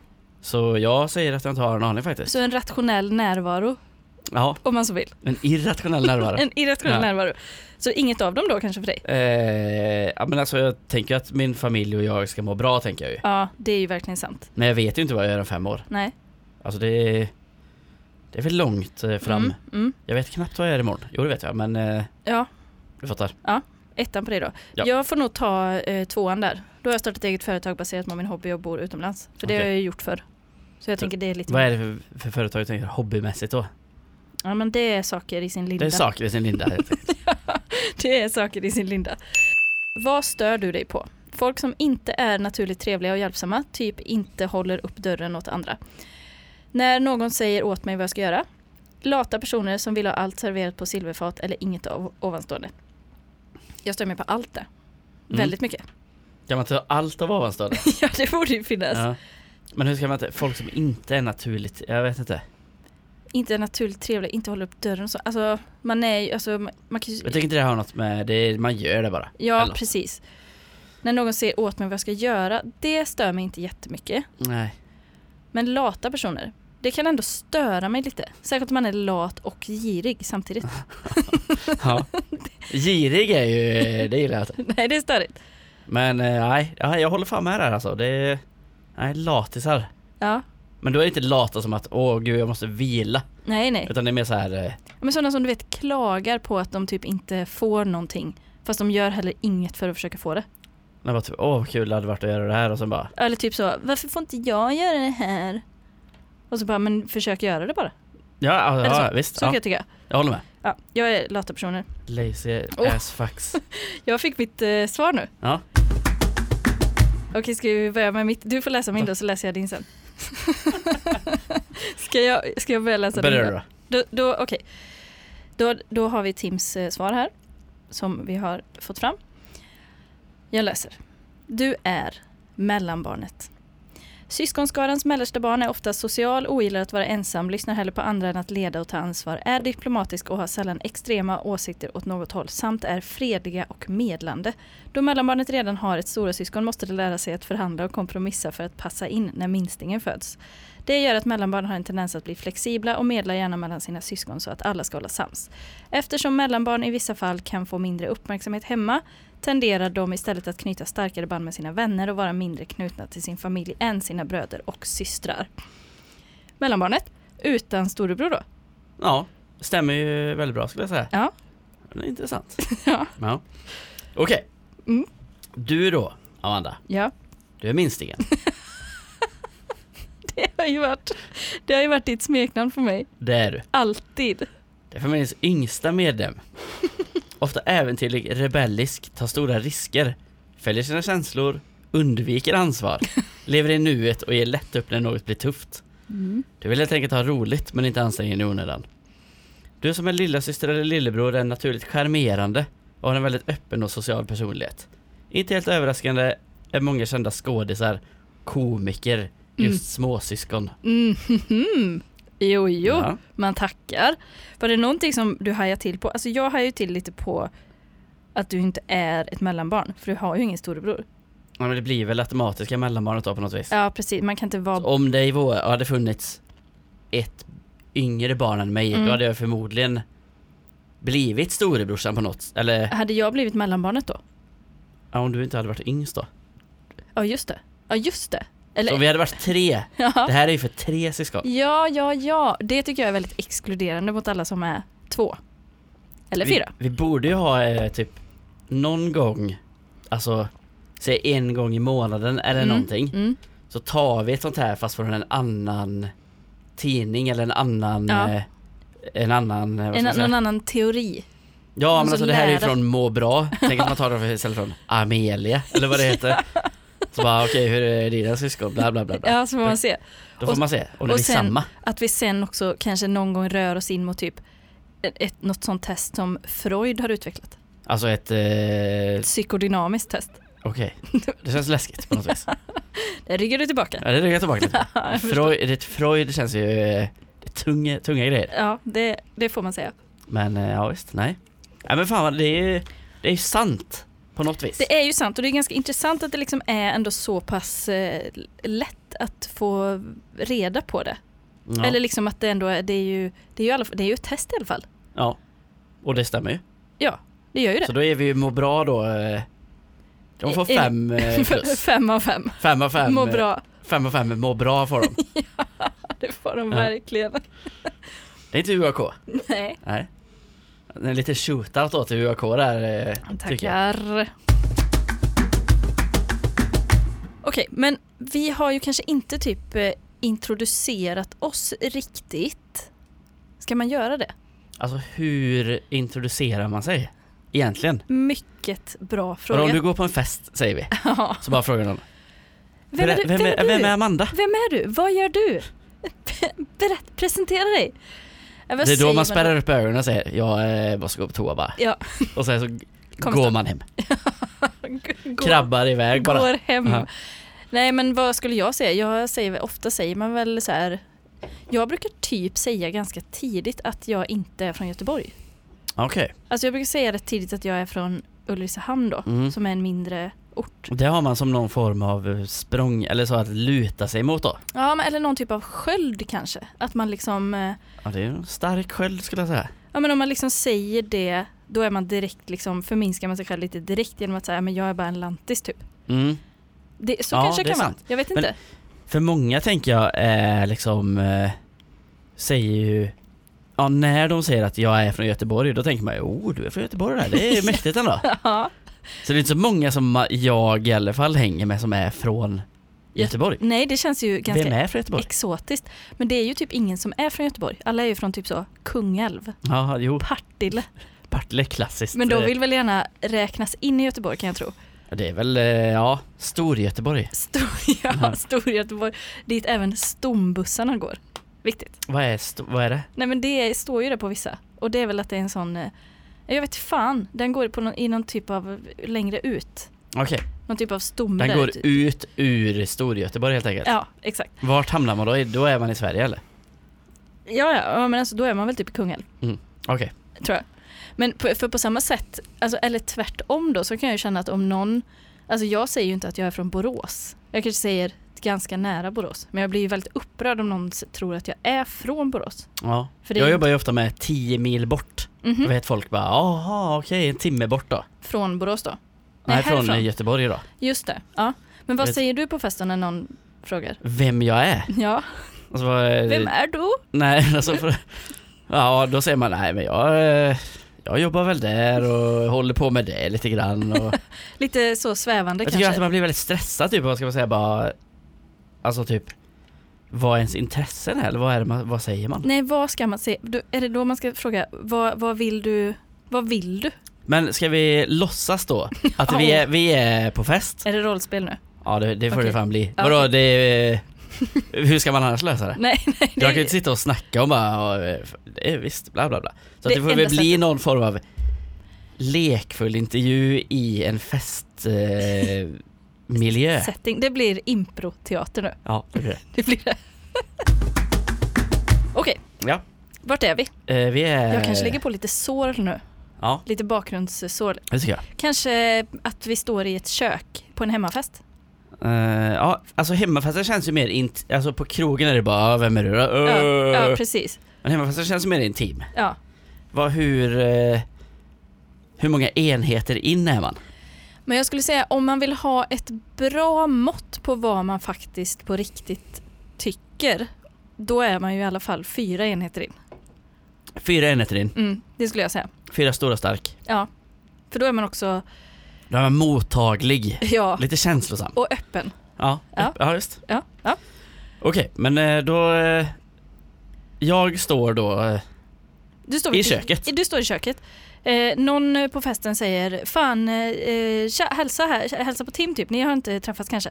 Speaker 2: Så jag säger att jag inte har en aning faktiskt.
Speaker 1: Så en rationell närvaro?
Speaker 2: Ja.
Speaker 1: Om man så vill.
Speaker 2: En irrationell närvaro.
Speaker 1: en irrationell ja. närvaro. Så inget av dem då kanske för dig?
Speaker 2: Eh, ja, men alltså jag tänker att min familj och jag ska må bra, tänker jag ju.
Speaker 1: Ja, det är ju verkligen sant.
Speaker 2: Men jag vet ju inte vad jag gör om fem år.
Speaker 1: Nej.
Speaker 2: Alltså det är, det är väl långt eh, fram. Mm, mm. Jag vet knappt vad jag gör imorgon. Jo, det vet jag, men eh,
Speaker 1: ja.
Speaker 2: Du fattar.
Speaker 1: Ja, ettan på det då. Ja. Jag får nog ta eh, tvåan där. Då har jag startat ett eget företag baserat på min hobby och bor utomlands. För det okay. har jag gjort förr. Så jag så, tänker det är lite...
Speaker 2: Vad är det för, för företag du tänker hobbymässigt då?
Speaker 1: Ja, men det är saker i sin linda.
Speaker 2: Det är saker i sin linda.
Speaker 1: Ja, det är saker i sin linda. Vad stör du dig på? Folk som inte är naturligt trevliga och hjälpsamma, typ inte håller upp dörren åt andra. När någon säger åt mig vad jag ska göra. lata personer som vill ha allt serverat på silverfat eller inget av ovanstående. Jag står med på allt det. Mm. Väldigt mycket.
Speaker 2: Kan man ta allt av ovanstående?
Speaker 1: Ja, det borde ju finnas. Ja.
Speaker 2: Men hur ska man inte, folk som inte är naturligt, jag vet inte.
Speaker 1: Inte är naturligt trevliga, inte håller upp dörren och så. Alltså, man är ju, alltså, man, man kan ju...
Speaker 2: Jag tycker inte det har något med det, man gör det bara.
Speaker 1: Ja,
Speaker 2: eller? Precis.
Speaker 1: När någon säger åt mig vad jag ska göra, det stör mig inte jättemycket.
Speaker 2: Nej.
Speaker 1: Men lata personer, det kan ändå störa mig lite. Särskilt om man är lat och girig samtidigt.
Speaker 2: Ja. Girig är ju, det gillar jag inte.
Speaker 1: Nej, det är störigt.
Speaker 2: Men nej, jag håller fan med där alltså. Det är, nej, latisar.
Speaker 1: Ja.
Speaker 2: Men då är det inte lata som att, åh gud, jag måste vila.
Speaker 1: Nej, nej.
Speaker 2: Utan det är mer så här... Eh...
Speaker 1: Men sådana som du vet klagar på att de typ inte får någonting. Fast de gör heller inget för att försöka få det.
Speaker 2: Men bara typ, åh kul, det hade varit att göra det här och så bara...
Speaker 1: Eller typ så, varför får inte jag göra det här? Och så bara, men försök göra det bara.
Speaker 2: Ja, ja,
Speaker 1: så,
Speaker 2: ja visst.
Speaker 1: Så kan
Speaker 2: ja.
Speaker 1: jag tycka.
Speaker 2: Jag håller med.
Speaker 1: Ja, jag är lata personer.
Speaker 2: Lazy
Speaker 1: oh.
Speaker 2: ass fucks.
Speaker 1: Jag fick mitt eh, svar nu.
Speaker 2: Ja.
Speaker 1: Okej, ska vi börja med mitt? Du får läsa min då, så läser jag din sen. ska, jag, ska jag börja läsa
Speaker 2: Börjar
Speaker 1: din
Speaker 2: då?
Speaker 1: då? då, då Okej. Då, då har vi Tims eh, svar här. Som vi har fått fram. Jag läser. Du är mellanbarnet. Syskonskarans mellersta barn är ofta social, ogillar att vara ensam, lyssnar hellre på andra än att leda och ta ansvar, är diplomatisk och har sällan extrema åsikter åt något håll, samt är fredliga och medlande. Då mellanbarnet redan har ett stora syskon måste det lära sig att förhandla och kompromissa för att passa in när minstingen föds. Det gör att mellanbarn har en tendens att bli flexibla och medla gärna mellan sina syskon så att alla ska hålla sams. Eftersom mellanbarn i vissa fall kan få mindre uppmärksamhet hemma tenderar de istället att knyta starkare band med sina vänner och vara mindre knutna till sin familj än sina bröder och systrar. Mellanbarnet utan storebror då?
Speaker 2: Ja, stämmer ju väldigt bra skulle jag säga.
Speaker 1: Ja.
Speaker 2: Det är intressant.
Speaker 1: Ja.
Speaker 2: Ja. Okej. Okay.
Speaker 1: Mm.
Speaker 2: Du då, Amanda.
Speaker 1: Ja.
Speaker 2: Du är minstingen.
Speaker 1: Det har ju varit, det har ju varit ditt smeknamn för mig.
Speaker 2: Det är du.
Speaker 1: Alltid.
Speaker 2: Det är familjens yngsta medlem. Ofta äventyrlig, rebellisk, tar stora risker, följer sina känslor, undviker ansvar, lever i nuet och ger lätt upp när något blir tufft.
Speaker 1: Mm.
Speaker 2: Du vill helt enkelt ha roligt men inte anstränga i onödan. Du som är lilla syster eller lillebror är naturligt charmerande och har en väldigt öppen och social personlighet. Inte helt överraskande är många kända skådisar, komiker, just mm. småsyskon.
Speaker 1: Mm. Jo, jo.
Speaker 2: Ja.
Speaker 1: Man tackar. Var det någonting som du hajar till på? Alltså jag hajar ju till lite på att du inte är ett mellanbarn. För du har ju ingen storebror.
Speaker 2: Ja, men det blir väl automatiska mellanbarnet då på något vis.
Speaker 1: Ja, precis. Man kan inte vara...
Speaker 2: Så om det i vår hade funnits ett yngre barn än mig, mm. då hade jag förmodligen blivit storebrorsan på något. Eller...
Speaker 1: Hade jag blivit mellanbarnet då?
Speaker 2: Ja, om du inte hade varit yngst då.
Speaker 1: Ja, just det. Ja, just det. Eller...
Speaker 2: Så vi hade varit tre.
Speaker 1: Ja.
Speaker 2: Det här är ju för tre syskon.
Speaker 1: Ja, ja, ja. Det tycker jag är väldigt exkluderande mot alla som är två. Eller fyra.
Speaker 2: Vi, vi borde ju ha eh, typ någon gång, alltså säg en gång i månaden eller
Speaker 1: mm.
Speaker 2: någonting.
Speaker 1: Mm.
Speaker 2: Så tar vi ett sånt här fast från en annan tidning eller en annan
Speaker 1: ja.
Speaker 2: eh, en annan vad
Speaker 1: en,
Speaker 2: ska
Speaker 1: någon annan teori.
Speaker 2: Ja, men alltså det här är ju
Speaker 1: lära.
Speaker 2: från Må bra. Tänk att man tar det istället från Amelia eller vad det heter. Så bara okej, okay, hur är dina syskon? Bla bla bla. bla.
Speaker 1: Ja, så får man se.
Speaker 2: Då får
Speaker 1: och,
Speaker 2: man se om det
Speaker 1: och
Speaker 2: är
Speaker 1: sen,
Speaker 2: samma.
Speaker 1: Att vi sen också kanske någon gång rör oss in mot typ ett, ett, något sånt test som Freud har utvecklat.
Speaker 2: Alltså ett... Eh...
Speaker 1: ett psykodynamiskt test.
Speaker 2: Okej, okay. Det känns läskigt på något vis.
Speaker 1: Det ryggar du tillbaka.
Speaker 2: Ja, det ryggar tillbaka lite. Freud, det, Freud känns ju det tunga, tunga grejer.
Speaker 1: Ja, det, det får man säga.
Speaker 2: Men ja visst, nej. Ja, men fan, det är, det är ju sant på något vis.
Speaker 1: Det är ju sant och det är ganska intressant att det liksom är ändå så pass eh, lätt att få reda på det. Ja. Eller liksom att det ändå är, det är ju det är ju, alla, det är ju ett test i alla fall.
Speaker 2: Ja, och det stämmer ju.
Speaker 1: Ja, det gör ju det.
Speaker 2: Så då är vi ju må bra då. De får fem eh, plus.
Speaker 1: Fem av fem.
Speaker 2: Fem av fem.
Speaker 1: Må bra.
Speaker 2: Fem av fem må bra får de.
Speaker 1: Ja, det får de
Speaker 2: ja.
Speaker 1: verkligen.
Speaker 2: Det är inte U A K.
Speaker 1: Nej.
Speaker 2: Nej. Det är lite shootout då till U A K där. Eh,
Speaker 1: Tackar. Okej, men vi har ju kanske inte typ eh, introducerat oss riktigt. Ska man göra det?
Speaker 2: Alltså hur introducerar man sig egentligen?
Speaker 1: Mycket bra fråga.
Speaker 2: Och om du går på en fest, säger vi.
Speaker 1: Ja.
Speaker 2: Så bara frågar någon.
Speaker 1: Vem är, du?
Speaker 2: Vem, är, vem, är, vem är Amanda?
Speaker 1: Vem är du? Vad gör du? Berätt, presentera dig. Ja, vad
Speaker 2: Det är då
Speaker 1: säger
Speaker 2: man spärrar upp ögonen och säger jag eh, måste gå på toa bara.
Speaker 1: Ja.
Speaker 2: Och sen så g-
Speaker 1: Kom
Speaker 2: går
Speaker 1: stå.
Speaker 2: man hem.
Speaker 1: Går,
Speaker 2: Krabbar iväg bara.
Speaker 1: går hem.
Speaker 2: Ja.
Speaker 1: Nej, men vad skulle jag säga? Jag säger ofta säger man väl så här. Jag brukar typ säga ganska tidigt att jag inte är från Göteborg.
Speaker 2: Okej.
Speaker 1: Alltså jag brukar säga rätt tidigt att jag är från Ulricehamn då,
Speaker 2: Mm.
Speaker 1: som är en mindre ort.
Speaker 2: Det har man som någon form av språng eller så att luta sig mot då.
Speaker 1: Ja, men, eller någon typ av sköld kanske. Att man liksom, eh,
Speaker 2: Ja, det är en stark sköld skulle jag säga.
Speaker 1: ja men om man liksom säger det, då är man direkt liksom, förminskar man sig själv lite direkt genom att säga, men jag är bara en lantis typ.
Speaker 2: Mm.
Speaker 1: Det, så
Speaker 2: Ja,
Speaker 1: kanske
Speaker 2: det
Speaker 1: det
Speaker 2: är
Speaker 1: kan
Speaker 2: sant.
Speaker 1: vara. Jag vet
Speaker 2: Men-
Speaker 1: inte.
Speaker 2: För många tänker jag eh, liksom eh, säger ju ja, när de säger att jag är från Göteborg då tänker man ju, oh du är från Göteborg där, det är mäktigt ändå.
Speaker 1: Ja.
Speaker 2: Så det är inte så många som jag i alla fall hänger med som är från Göteborg.
Speaker 1: Nej, det känns ju ganska
Speaker 2: Vem är från Göteborg?
Speaker 1: exotiskt. Men det är ju typ ingen som är från Göteborg. Alla är ju från typ så Kungälv,
Speaker 2: Ja, jo,
Speaker 1: Partille.
Speaker 2: Partille är klassiskt.
Speaker 1: Men de
Speaker 2: eh,
Speaker 1: vill väl gärna räknas in i Göteborg kan jag tro.
Speaker 2: Det är väl, eh, ja, Stor-Göteborg.
Speaker 1: Stor, ja,
Speaker 2: Ja.
Speaker 1: Stor Göteborg. Dit även stombussarna går. Viktigt.
Speaker 2: Vad är, sto- vad är det?
Speaker 1: Nej, men det står ju det på vissa. Och det är väl att det är en sån, eh, jag vet fan, den går på någon, i någon typ av längre ut.
Speaker 2: Okej,
Speaker 1: Någon typ av stomme
Speaker 2: den
Speaker 1: där
Speaker 2: går
Speaker 1: ute.
Speaker 2: ut ur Stor-Göteborg helt enkelt.
Speaker 1: Ja, exakt.
Speaker 2: Vart hamnar man då? Då är man i Sverige eller?
Speaker 1: Ja, ja, ja, men alltså då är man väl typ i Kungälv,
Speaker 2: Okej.
Speaker 1: tror jag. Men på, för på samma sätt, alltså, eller tvärtom då, så kan jag ju känna att om någon, alltså jag säger ju inte att jag är från Borås. Jag kanske säger ganska nära Borås. Men jag blir ju väldigt upprörd om någon s- tror att jag är från Borås.
Speaker 2: Ja.
Speaker 1: För det
Speaker 2: Jag
Speaker 1: är
Speaker 2: jobbar ju ofta med tio mil bort.
Speaker 1: Mhm.
Speaker 2: Då vet folk bara, jaha okej, en timme bort då.
Speaker 1: Från Borås då.
Speaker 2: Nej, från
Speaker 1: härifrån.
Speaker 2: Göteborg då.
Speaker 1: Just det, ja. Men vad
Speaker 2: Vet-
Speaker 1: säger du på festen när någon frågar?
Speaker 2: Vem jag är.
Speaker 1: Ja,
Speaker 2: Och så, eh,
Speaker 1: vem är du?
Speaker 2: Nej, alltså för, ja, då säger man nej men jag, eh, jag jobbar väl där och håller på med det lite grann. Och
Speaker 1: Lite så svävande
Speaker 2: jag tycker
Speaker 1: kanske.
Speaker 2: att man blir väldigt stressad typ, vad ska man säga, bara, alltså typ, vad är ens intressen är, eller vad är det man, vad säger man?
Speaker 1: Nej, vad ska man säga? Du, är det då man ska fråga, vad, vad vill du? Vad vill du?
Speaker 2: Men ska vi låtsas då att vi är, vi är på fest?
Speaker 1: Är det rollspel nu?
Speaker 2: Ja, det, det får
Speaker 1: Okej.
Speaker 2: det fan bli.
Speaker 1: Ja,
Speaker 2: Vadå,
Speaker 1: okej.
Speaker 2: det är, hur ska man annars lösa det?
Speaker 1: Nej, nej.
Speaker 2: Jag kan ju
Speaker 1: det-
Speaker 2: inte sitta och snacka och bara, ja, det är visst, bla bla bla. Så
Speaker 1: Det
Speaker 2: att det får väl
Speaker 1: enda
Speaker 2: bli
Speaker 1: sättet-
Speaker 2: någon form av lekfull intervju i en festmiljö. Eh, miljö.
Speaker 1: Setting. Det blir improteater nu.
Speaker 2: Ja, det blir det.
Speaker 1: Det blir det. Okej,
Speaker 2: Ja,
Speaker 1: vart är vi?
Speaker 2: eh, vi är...
Speaker 1: Jag kanske lägger på lite sår nu.
Speaker 2: Ja,
Speaker 1: Lite bakgrundssår.
Speaker 2: det tycker jag.
Speaker 1: Kanske att vi står i ett kök på en hemmafest.
Speaker 2: Eh, ja, alltså hemmafesten känns ju mer int... Alltså på krogen är det bara, "Ah, vem är du då?"
Speaker 1: Ja,
Speaker 2: Uh.
Speaker 1: ja, precis.
Speaker 2: Men hemmafesten känns ju mer intim.
Speaker 1: Ja.
Speaker 2: Vad, hur... Eh, hur många enheter in är man?
Speaker 1: Men jag skulle säga, om man vill ha ett bra mått på vad man faktiskt på riktigt tycker, då är man ju i alla fall fyra enheter in.
Speaker 2: Fyra enheter in.
Speaker 1: Mm, det skulle jag säga.
Speaker 2: Fyra stora stark.
Speaker 1: Ja, för då är man också,
Speaker 2: Då är man mottaglig.
Speaker 1: ja,
Speaker 2: Lite känslosam.
Speaker 1: och öppen.
Speaker 2: Ja,
Speaker 1: Ja.
Speaker 2: ja just.
Speaker 1: Ja, ja.
Speaker 2: Okej, men eh, då... Eh, jag står då... Eh,
Speaker 1: Du står
Speaker 2: I köket.
Speaker 1: Du står i köket. Eh, någon på festen säger, fan, eh, tja, hälsa här, hälsa på Tim typ. Ni har inte träffats kanske?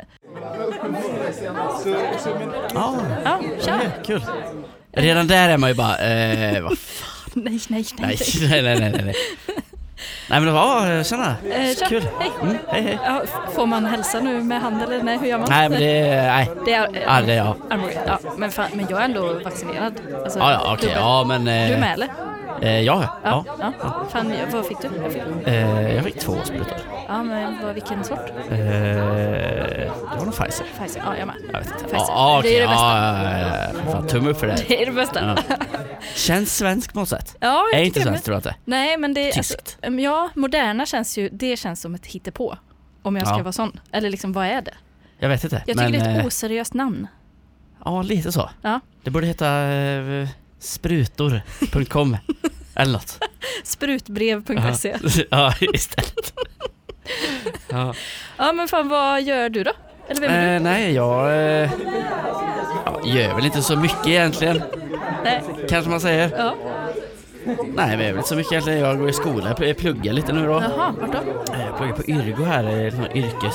Speaker 2: ja,
Speaker 1: Ja, tja.
Speaker 2: kul. Redan där är man ju bara... Eh, vad fan?
Speaker 1: Nej, nej, nej.
Speaker 2: Nej, nej, nej, nej, nej. Nej men ja, tjena.
Speaker 1: Eh, tja,
Speaker 2: Kul.
Speaker 1: hej.
Speaker 2: Mm, hej, hej.
Speaker 1: Ja, f- får man hälsa nu med hand eller nej, hur gör man?
Speaker 2: Nej men det är... Nej.
Speaker 1: Det är,
Speaker 2: Ja, det är jag.
Speaker 1: armbåge. Ja, men, fan, men jag är ändå vaccinerad. Alltså,
Speaker 2: Ja, ja, okej.
Speaker 1: dubbel.
Speaker 2: Ja, men... Eh,
Speaker 1: Du är med eller?
Speaker 2: Eh, ja,
Speaker 1: Ja.
Speaker 2: ja.
Speaker 1: ja. Fan, vad fick du? Jag fick.
Speaker 2: Eh, jag fick två sprutor.
Speaker 1: Ja, men vad, vilken sort?
Speaker 2: Eh, det var nog Pfizer.
Speaker 1: Pfizer. Ja, jag med.
Speaker 2: Jag vet inte.
Speaker 1: Pfizer.
Speaker 2: Ja, okej.
Speaker 1: Det är det bästa.
Speaker 2: Ja, ja, ja. Fan, tumme upp för det.
Speaker 1: Det är det bästa.
Speaker 2: Ja. Känns svensk på något sätt.
Speaker 1: Ja, jag
Speaker 2: Är
Speaker 1: tycker
Speaker 2: inte
Speaker 1: det.
Speaker 2: svenskt tror jag inte.
Speaker 1: Nej, men det alltså,
Speaker 2: Tyskt.
Speaker 1: um, ja, Moderna känns ju, det känns som ett hittepå. Om jag ska
Speaker 2: Ja.
Speaker 1: vara sån. Eller liksom, vad är det?
Speaker 2: Jag vet inte.
Speaker 1: Jag tycker
Speaker 2: men,
Speaker 1: det är ett
Speaker 2: eh,
Speaker 1: oseriöst namn.
Speaker 2: ja, lite så.
Speaker 1: Ja.
Speaker 2: Det borde heta eh, sprutor punkt com eller något.
Speaker 1: Sprutbrev punkt se.
Speaker 2: Ja, istället. Ja.
Speaker 1: Ja, men fan, vad gör du då? Eller vem är
Speaker 2: Eh, nej, jag eh, ja, gör väl inte så mycket egentligen.
Speaker 1: du? Nej.
Speaker 2: Kanske man säger.
Speaker 1: Ja.
Speaker 2: Nej, men jag vet inte så mycket egentligen. Jag går i skola, jag pluggar lite nu då.
Speaker 1: Jaha, vart då?
Speaker 2: Jag pluggar på Yrgo här, i en sån yrkes...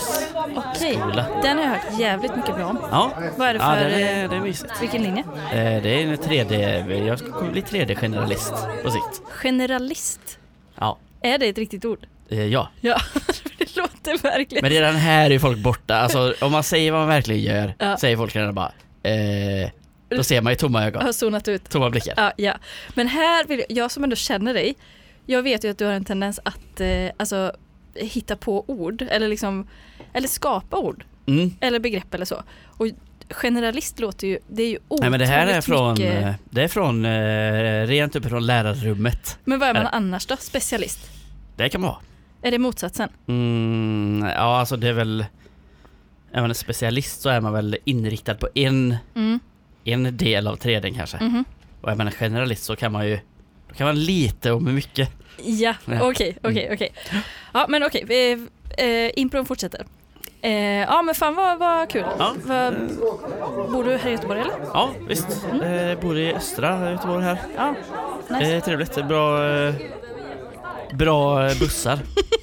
Speaker 1: Okej,
Speaker 2: skola.
Speaker 1: den har jag hört jävligt mycket bra om.
Speaker 2: Ja,
Speaker 1: Vad är det
Speaker 2: ja
Speaker 1: för,
Speaker 2: det, är, det är mysigt.
Speaker 1: Vilken linje?
Speaker 2: Eh, det är en tredje, jag ska kommer bli tredje generalist på sikt.
Speaker 1: Generalist?
Speaker 2: Ja.
Speaker 1: Är det ett riktigt ord?
Speaker 2: Eh, ja.
Speaker 1: Ja, det låter verkligen.
Speaker 2: Men redan här är folk borta. Alltså om man säger vad man verkligen gör,
Speaker 1: ja.
Speaker 2: säger folk redan bara eh, då ser man ju tomma ögon.
Speaker 1: Har zonat ut.
Speaker 2: Tomma blickar.
Speaker 1: Ja, ja. Men här vill jag, jag som ändå känner dig, jag vet ju att du har en tendens att eh, alltså, hitta på ord eller liksom, eller skapa ord.
Speaker 2: Mm.
Speaker 1: Eller begrepp eller så. Och generalist låter ju, det är ju otroligt.
Speaker 2: Nej, men det här är från
Speaker 1: mycket...
Speaker 2: det är från eh, rent upp från lärarrummet.
Speaker 1: Men vad är man
Speaker 2: Här.
Speaker 1: annars då? Specialist?
Speaker 2: Det kan man vara.
Speaker 1: Är det motsatsen?
Speaker 2: Mm, ja, alltså det är väl, är man en specialist så är man väl inriktad på en
Speaker 1: Mm.
Speaker 2: en del av träden kanske.
Speaker 1: Mm-hmm.
Speaker 2: Och är man en generalist så kan man ju, då kan man lite om mycket.
Speaker 1: Ja, okej, okej, okej. Ja, men okej, vi eh, impron fortsätter. Eh, ja, men fan vad, vad kul.
Speaker 2: Ja.
Speaker 1: Vad, bor du här i Göteborg eller?
Speaker 2: Ja, visst. Mm. Eh, bor i östra Göteborg här.
Speaker 1: Ja, nice.
Speaker 2: Eh, trevligt, det är bra eh, bra bussar.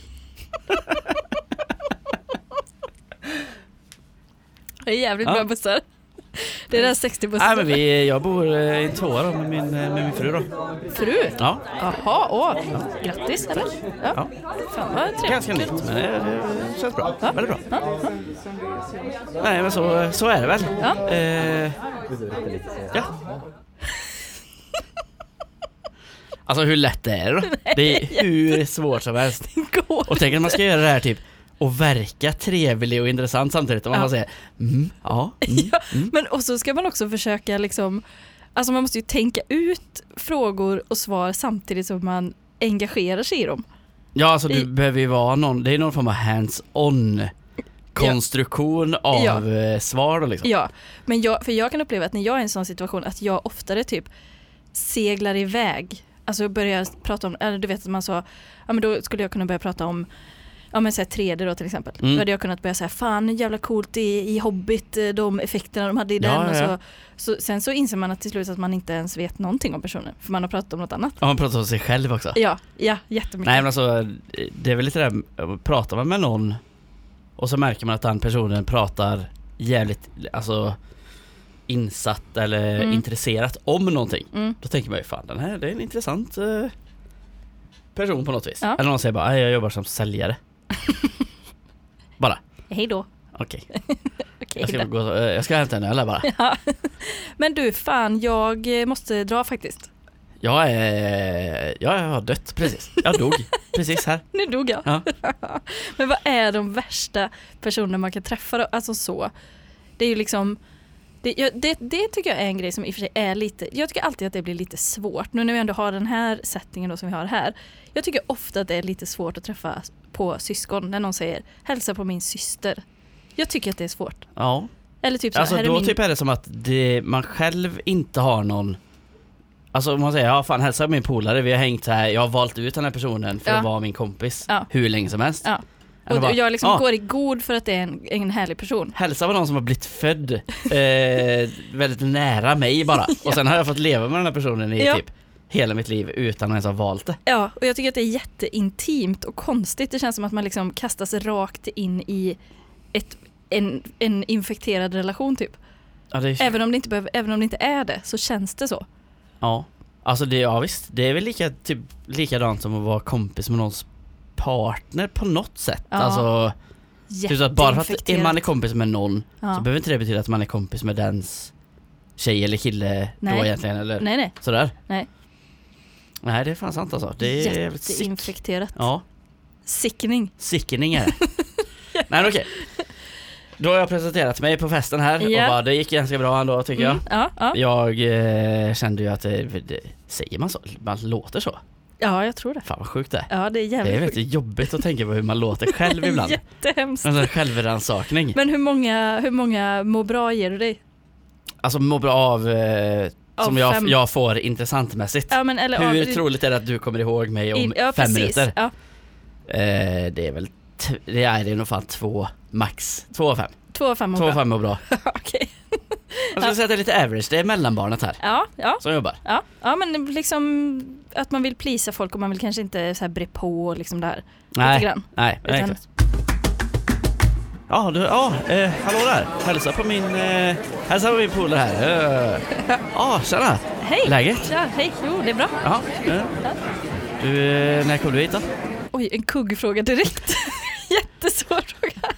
Speaker 1: Det är jävligt
Speaker 2: Ja.
Speaker 1: bra bussar. Det är den sextio-bussen.
Speaker 2: Nej, men vi, jag bor eh, i en tvåa då med min, med min fru då.
Speaker 1: Fru?
Speaker 2: Ja.
Speaker 1: Jaha, åh. Grattis, eller? Ja.
Speaker 2: Ja.
Speaker 1: Fan vad trevligt.
Speaker 2: Ganska nytt, men det, det känns bra.
Speaker 1: Ja.
Speaker 2: Väldigt bra.
Speaker 1: Ja, ja.
Speaker 2: Nej, men så, så är det väl.
Speaker 1: Ja.
Speaker 2: Eh, ja. Alltså hur lätt det är då? Det är hur svårt som helst.
Speaker 1: Går.
Speaker 2: Och tänk att man ska göra det här typ och verka trevlig och intressant samtidigt. Och man
Speaker 1: Ja.
Speaker 2: bara säger mm, ja, mm,
Speaker 1: Ja,
Speaker 2: mm.
Speaker 1: men och så ska man också försöka liksom, alltså man måste ju tänka ut frågor och svar samtidigt som man engagerar sig i dem.
Speaker 2: Ja, alltså du
Speaker 1: I-
Speaker 2: behöver ju vara någon, det är någon form av hands-on konstruktion av
Speaker 1: Ja.
Speaker 2: eh, svar då liksom.
Speaker 1: Ja, men jag, för jag kan uppleva att när jag är i en sån situation att jag oftare typ seglar iväg. Alltså börjar prata om, eller du vet att man sa, ja men då skulle jag kunna börja prata om, ja men så här tre D då till exempel.
Speaker 2: Mm.
Speaker 1: Då hade jag kunnat börja säga, fan jävla coolt i, i Hobbit, de effekterna de hade i
Speaker 2: Ja,
Speaker 1: den.
Speaker 2: ja,
Speaker 1: Och
Speaker 2: ja.
Speaker 1: så, så, sen så inser man att till slut att man inte ens vet någonting om personen. För man har pratat om något annat.
Speaker 2: Ja, man pratar om sig själv också.
Speaker 1: Ja, ja, jättemycket.
Speaker 2: Nej, men alltså det är väl lite där, pratar man med någon och så märker man att den personen pratar jävligt, alltså insatt eller
Speaker 1: Mm.
Speaker 2: intresserat om någonting.
Speaker 1: Mm.
Speaker 2: Då tänker man ju, fan den här det är en intressant eh, person på något vis.
Speaker 1: Ja.
Speaker 2: Eller någon säger bara, "Aj, jag jobbar som säljare." Bara,
Speaker 1: Hej då.
Speaker 2: okej.
Speaker 1: Okej,
Speaker 2: Jag ska
Speaker 1: då.
Speaker 2: gå, eh, jag ska hämta en öl här bara.
Speaker 1: Ja. Men du, fan, jag måste dra faktiskt.
Speaker 2: Jag är, jag har dött precis. Jag dog precis här.
Speaker 1: Nu dog jag.
Speaker 2: Ja.
Speaker 1: Men vad är de värsta personer man kan träffa då? Alltså så. Det är ju liksom, det, ja, det, det tycker jag är en grej som i och för sig är lite, jag tycker alltid att det blir lite svårt. Nu när vi ändå har den här settingen då som vi har här. Jag tycker ofta att det är lite svårt att träffa på syskon när någon säger, hälsa på min syster. Jag tycker att det är svårt.
Speaker 2: Ja.
Speaker 1: Eller typ så
Speaker 2: Alltså
Speaker 1: här är
Speaker 2: då
Speaker 1: min...
Speaker 2: typ är det som att det, man själv inte har någon. Alltså om man säger, ja fan hälsa min polare, vi har hängt här, jag har valt ut den här personen för
Speaker 1: Ja.
Speaker 2: att vara min kompis
Speaker 1: Ja.
Speaker 2: hur länge som helst.
Speaker 1: Ja.
Speaker 2: Eller
Speaker 1: Och
Speaker 2: bara,
Speaker 1: jag liksom
Speaker 2: ja,
Speaker 1: går i god för att det är en, en härlig person.
Speaker 2: hälsa på någon som har blivit född eh, väldigt nära mig bara. Och sen har jag fått leva med den här personen i
Speaker 1: Ja.
Speaker 2: typ hela mitt liv utan att ens ha valt det.
Speaker 1: Ja, och jag tycker att det är jätteintimt och konstigt. Det känns som att man liksom kastas rakt in i ett, en, en infekterad relation typ.
Speaker 2: Ja, det är,
Speaker 1: Även om, det inte behöver, även om det inte är det så känns det så.
Speaker 2: ja. Alltså det, ja visst, det är väl lika, typ, likadant som att vara kompis med någons partner på något sätt.
Speaker 1: Ja.
Speaker 2: Alltså, typ så att bara för att
Speaker 1: Jätteinfekterat.
Speaker 2: man är kompis med någon
Speaker 1: Ja.
Speaker 2: så behöver inte det betyda att man är kompis med dens tjej eller kille
Speaker 1: Nej.
Speaker 2: då egentligen, eller
Speaker 1: Nej, nej.
Speaker 2: sådär.
Speaker 1: Nej.
Speaker 2: Nej, det är fan sant alltså. Det är jävligt sick.
Speaker 1: Jätteinfekterat.
Speaker 2: Ja,
Speaker 1: Sickening.
Speaker 2: sickening är det. Nej, men okej. Då har jag presenterat mig på festen här
Speaker 1: Ja.
Speaker 2: och bara, det gick ganska bra ändå tycker
Speaker 1: Mm, ja, ja.
Speaker 2: jag. Jag eh, kände ju att det, det, säger man så? Man låter så.
Speaker 1: ja, jag tror det.
Speaker 2: Fan vad sjukt det är.
Speaker 1: Ja, det är
Speaker 2: Det är
Speaker 1: jävligt
Speaker 2: väldigt jobbigt att tänka på hur man låter själv ibland.
Speaker 1: Jättehemskt.
Speaker 2: En sån självrannsakning.
Speaker 1: Men hur många, hur många må bra ger du dig?
Speaker 2: Alltså må bra av, eh, som
Speaker 1: Av
Speaker 2: jag,
Speaker 1: fem.
Speaker 2: jag får intressantmässigt.
Speaker 1: Ja, men, eller,
Speaker 2: Hur
Speaker 1: av,
Speaker 2: troligt är det att du kommer ihåg mig om
Speaker 1: i, ja,
Speaker 2: fem
Speaker 1: precis.
Speaker 2: minuter?
Speaker 1: Ja,
Speaker 2: Eh, det är väl t- det är det är nog fan två max. Två av fem.
Speaker 1: två av fem må
Speaker 2: Två av
Speaker 1: bra.
Speaker 2: fem är bra.
Speaker 1: Okej.
Speaker 2: Jag skulle säga att det är lite average. Det är mellanbarnet här
Speaker 1: Ja, ja.
Speaker 2: som jobbar.
Speaker 1: Ja, ja, men liksom att man vill plisa folk och man vill kanske inte så här bre på liksom där.
Speaker 2: Nej,
Speaker 1: Lite grann.
Speaker 2: nej, nej
Speaker 1: Utan-
Speaker 2: exakt. Ja, du, ja, eh, hallå där. Hälsa på min, eh, hälsa på min polare här. Eh, ja, tjena.
Speaker 1: Hej.
Speaker 2: Läget?
Speaker 1: Ja, hej. Jo, det är bra.
Speaker 2: Ja. Eh. Du, eh, när kom du hit då?
Speaker 1: Oj, en kuggfråga direkt. Jättesvår fråga.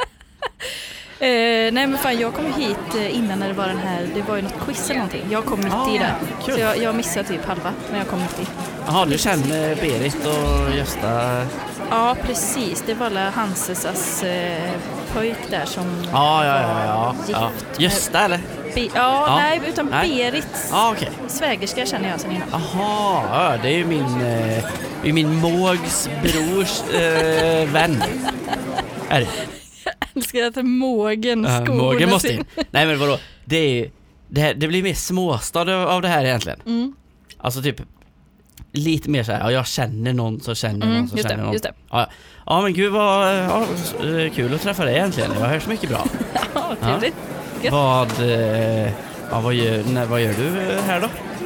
Speaker 1: eh, nej men fan, jag kom hit innan när det var den här, det var ju något quiz eller någonting. Jag kom mitt ah, i det. Kul. Så jag, jag missade typ halva när jag kom mitt i.
Speaker 2: Jaha, du känner Berit och Gösta?
Speaker 1: Ja, precis. Det var alla Hansesas eh, pojk där som
Speaker 2: ah, ja, ja, ja, ja. Gösta eller?
Speaker 1: Be- ja, ja, nej, utan nej. Berits
Speaker 2: ah, okay.
Speaker 1: svägerska känner jag sen innan.
Speaker 2: Jaha, ja, det är ju min, eh, är min Mågs brors eh, vän. Är det?
Speaker 1: Jag älskar att mågen uh, skor.
Speaker 2: Mågen måste in. Nej men vadå, det, är, det, här, det blir mer småstad av det här egentligen.
Speaker 1: Mm.
Speaker 2: Alltså typ lite mer så här, ja, jag känner någon som känner mm, någon som
Speaker 1: just
Speaker 2: känner
Speaker 1: det,
Speaker 2: någon.
Speaker 1: Just det.
Speaker 2: Ja, ja men gud vad ja, kul att träffa dig egentligen. Jag har hört så mycket bra.
Speaker 1: Ja, trevligt.
Speaker 2: Ja. Vad, eh, ja, vad, gör, nej, vad gör du här då?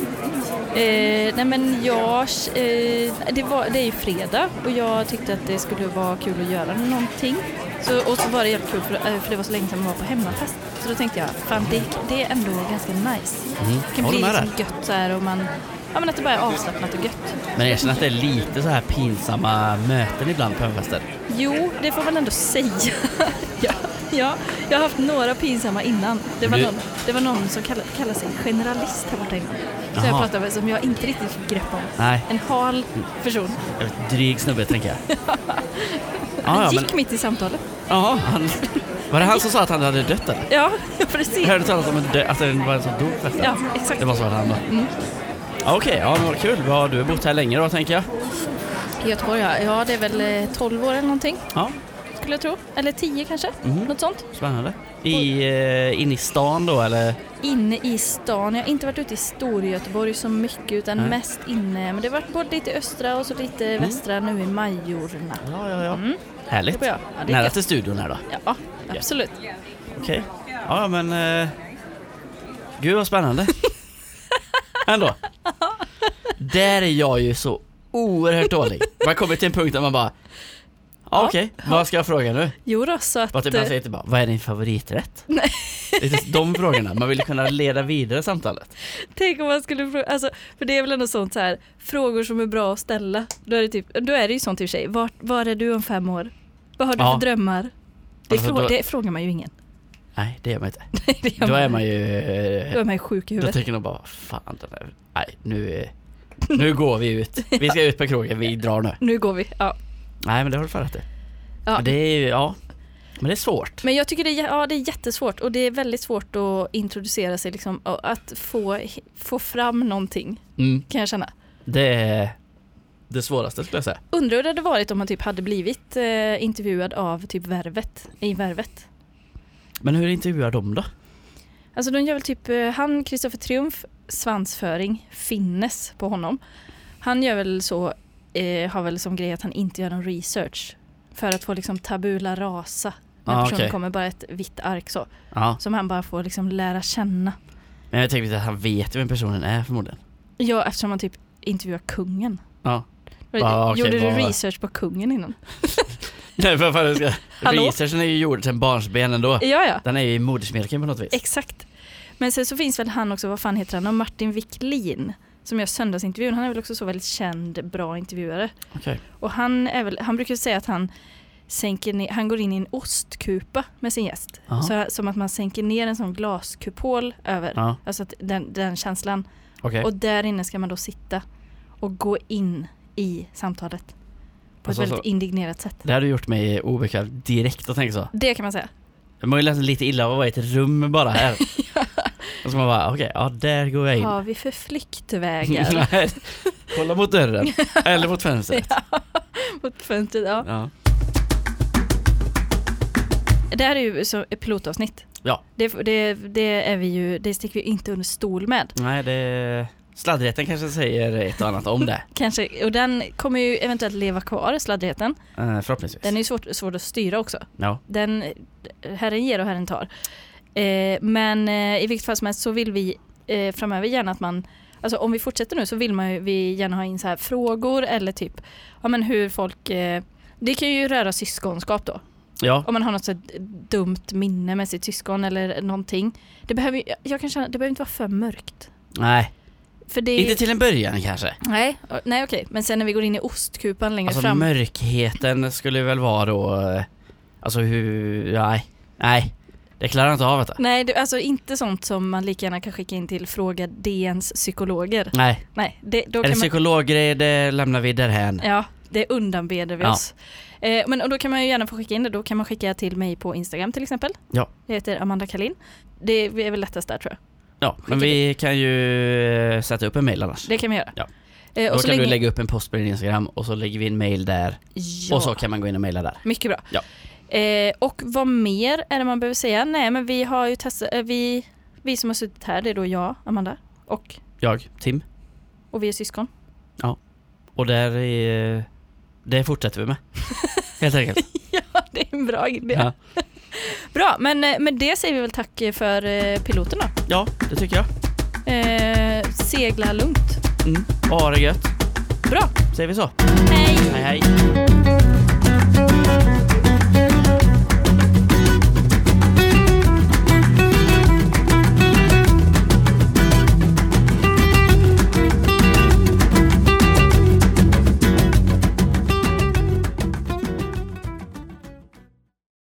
Speaker 1: Eh, nej men jag, eh, det, var, det är ju fredag och jag tyckte att det skulle vara kul att göra någonting. Så, och så var det jävligt kul för, för det var så länge sedan man var på hemmafest. Så då tänkte jag, fan det, det är ändå ganska nice.
Speaker 2: Mm.
Speaker 1: Det kan bli liksom gött så här och man, ja men att det bara är avslappnat och gött.
Speaker 2: Men jag känner att det är lite så här pinsamma möten ibland på hemmafester.
Speaker 1: Jo, det får man ändå säga. ja, ja, jag har haft några pinsamma innan. Det var, du... någon, det var någon som kallar, kallar sig generalist här borta innan. Så Aha. jag pratade med som jag inte riktigt fick grepp om.
Speaker 2: Nej.
Speaker 1: En hal person.
Speaker 2: Jag vet, dryg snubbe tänker jag.
Speaker 1: Han
Speaker 2: ah, ja,
Speaker 1: gick
Speaker 2: men...
Speaker 1: mitt i samtalet.
Speaker 2: Ja, han... Var det han som sa att han hade dött eller?
Speaker 1: Ja, precis.
Speaker 2: Jag hörde talas om en dö- att det var en som dog först.
Speaker 1: Ja, exakt.
Speaker 2: Det var så att han då. Mm. Okej, okay, ja men vad kul. Vad du har bott här länge då tänker jag?
Speaker 1: I Göteborg, ja. Ja, det är väl tolv år eller någonting.
Speaker 2: Ja.
Speaker 1: Skulle jag tro. Eller tio kanske. Mm. Något sånt.
Speaker 2: Spännande. I, eh, in i stan då eller?
Speaker 1: Inne i stan. Jag har inte varit ute i Storgöteborg så mycket utan Nej. mest inne. Men det har varit både lite östra och så lite mm. västra nu i Majorna.
Speaker 2: Ja, ja, ja. Mm. Härligt.
Speaker 1: Ja,
Speaker 2: nära till studion här då?
Speaker 1: Ja, absolut.
Speaker 2: Yeah. Okej. Okay. Ja, men... Eh, gud vad spännande. Ändå. Där är jag ju så oerhört dålig. Man kommer till en punkt där man bara... Ja, okej, okay. Vad ska jag fråga nu?
Speaker 1: Jo då, så att...
Speaker 2: Vad, typ, man säger typ bara, vad är din favoriträtt?
Speaker 1: Nej.
Speaker 2: Det är de frågorna. Man vill kunna leda vidare samtalet.
Speaker 1: Tänk om man skulle fråga... Alltså, för det är väl ändå sånt så här... Frågor som är bra att ställa. Då är det, typ, då är det ju sånt i och för sig. Var, var är du om fem år? Vad har du ja. för drömmar? Det,
Speaker 2: alltså,
Speaker 1: frå-
Speaker 2: då...
Speaker 1: det frågar man ju ingen.
Speaker 2: Nej, det gör man inte.
Speaker 1: Nej, det gör
Speaker 2: då
Speaker 1: man.
Speaker 2: är man ju...
Speaker 1: Då är man ju sjuk i huvudet.
Speaker 2: Då tänker man bara, fan, den där, nej, nu, nu går vi ut. Vi ska ut på krogen, vi drar nu.
Speaker 1: Nu går vi, ja.
Speaker 2: Nej, men det har du för rätt i.
Speaker 1: Ja.
Speaker 2: Men det är ju, ja, men det är svårt.
Speaker 1: Men jag tycker det är, ja, det är jättesvårt och det är väldigt svårt att introducera sig liksom, och att få, få fram någonting, mm. kan jag känna.
Speaker 2: Det är det svåraste skulle jag säga.
Speaker 1: Undrar hur det hade varit om man typ hade blivit eh, intervjuad av typ Värvet, i Värvet.
Speaker 2: Men hur intervjuar de då?
Speaker 1: Alltså de gör väl typ, eh, han Kristoffer Triumf, svansföring, finnes på honom. Han gör väl så, eh, har väl som grej att han inte gör någon research. För att få liksom tabula rasa. När ah, personen okay. kommer bara ett vitt ark så. Ah. Som han bara får liksom lära känna.
Speaker 2: Men jag tänker att han vet vem personen är förmodligen.
Speaker 1: Ja, eftersom man typ intervjuar kungen.
Speaker 2: Ja.
Speaker 1: Ah. Gjorde okay, du bara... research på kungen innan?
Speaker 2: Nej, för fan, ska... researchen är ju gjord sedan barnsben ändå.
Speaker 1: Ja, ja.
Speaker 2: Den är ju i modersmjölken på något vis.
Speaker 1: Exakt. Men sen så finns väl han också, vad fan heter han? Och Martin Wiklin. Som gör söndagsintervjun. Han är väl också så väldigt känd, bra intervjuare.
Speaker 2: Okay.
Speaker 1: Och han är väl, han brukar säga att han sänker ner, han går in i en ostkupa med sin gäst. Så, som att man sänker ner en sån glaskupol över. Aha. Alltså att den, den känslan.
Speaker 2: Okay. Och
Speaker 1: där inne ska man då sitta och gå in i samtalet. På alltså, ett väldigt så, indignerat sätt.
Speaker 2: Det hade gjort mig obekväm direkt att tänka så.
Speaker 1: Det kan man säga.
Speaker 2: Jag mår ju nästan lite illa av att vara i ett rum bara här. ja. Och så man bara, okej, okay, ja där går jag in.
Speaker 1: Har vi för flyktvägar?
Speaker 2: Nej, kolla mot dörren. Eller mot fönstret.
Speaker 1: Ja, mot fönstret, ja.
Speaker 2: ja.
Speaker 1: Det här är ju så ett pilotavsnitt.
Speaker 2: Ja.
Speaker 1: Det, det, det är vi ju, det sticker vi inte under stol med.
Speaker 2: Nej, det... Sladdrigheten kanske säger ett och annat om det.
Speaker 1: Kanske, och den kommer ju eventuellt leva kvar, sladdrigheten.
Speaker 2: Uh, förhoppningsvis.
Speaker 1: Den är ju svårt, svårt att styra också.
Speaker 2: Ja.
Speaker 1: Den, herren ger och herren tar. Eh, men eh, i vilket fall som helst så vill vi eh, framöver gärna att man, alltså om vi fortsätter nu så vill man ju, vi gärna ha in så här frågor eller typ, ja men hur folk, eh, det kan ju röra syskonskap då.
Speaker 2: Ja.
Speaker 1: Om man har något så dumt minne med sitt syskon eller någonting. Det behöver, jag kan känna, det behöver inte vara för mörkt.
Speaker 2: Nej.
Speaker 1: För det,
Speaker 2: inte till en början kanske.
Speaker 1: Nej, nej okej. Men sen när vi går in i ostkupan längre
Speaker 2: alltså,
Speaker 1: fram.
Speaker 2: Mörkheten skulle väl vara då... Alltså hur... Nej. Nej. Det klarar inte av det.
Speaker 1: Nej, det, alltså inte sånt som man lika gärna kan skicka in till Fråga D N:s psykologer.
Speaker 2: Nej.
Speaker 1: Nej det, då
Speaker 2: en
Speaker 1: kan man,
Speaker 2: psykologrej, det lämnar vi därhän.
Speaker 1: Ja, det undanbeder vi
Speaker 2: ja.
Speaker 1: oss. Eh, men och då kan man ju gärna få skicka in det. Då kan man skicka till mig på Instagram till exempel.
Speaker 2: Ja.
Speaker 1: Jag heter Amanda Kalin. Det är väl lättast där tror jag.
Speaker 2: Ja, men vi kan ju sätta upp en mail annars.
Speaker 1: Det kan vi göra.
Speaker 2: Ja.
Speaker 1: Eh,
Speaker 2: då
Speaker 1: och så
Speaker 2: kan
Speaker 1: lägger...
Speaker 2: du lägga upp en post på din Instagram och så lägger vi en mail där.
Speaker 1: Ja.
Speaker 2: Och så kan man gå in och mejla där.
Speaker 1: Mycket bra.
Speaker 2: Ja.
Speaker 1: Eh, och vad mer är det man behöver säga? Nej, men vi har ju testat, eh, vi, vi som har suttit här, det är då jag, Amanda och
Speaker 2: jag, Tim.
Speaker 1: Och vi är syskon.
Speaker 2: Ja. Och där är, det fortsätter vi med. Helt enkelt.
Speaker 1: Ja, det är en bra idé.
Speaker 2: Ja.
Speaker 1: Bra, men med det säger vi väl tack för eh, piloten då.
Speaker 2: Ja, det tycker jag.
Speaker 1: Eh, segla lugnt.
Speaker 2: Mm. Och ha det gött.
Speaker 1: Bra.
Speaker 2: Säger vi så.
Speaker 1: Hej.
Speaker 2: Hej, hej.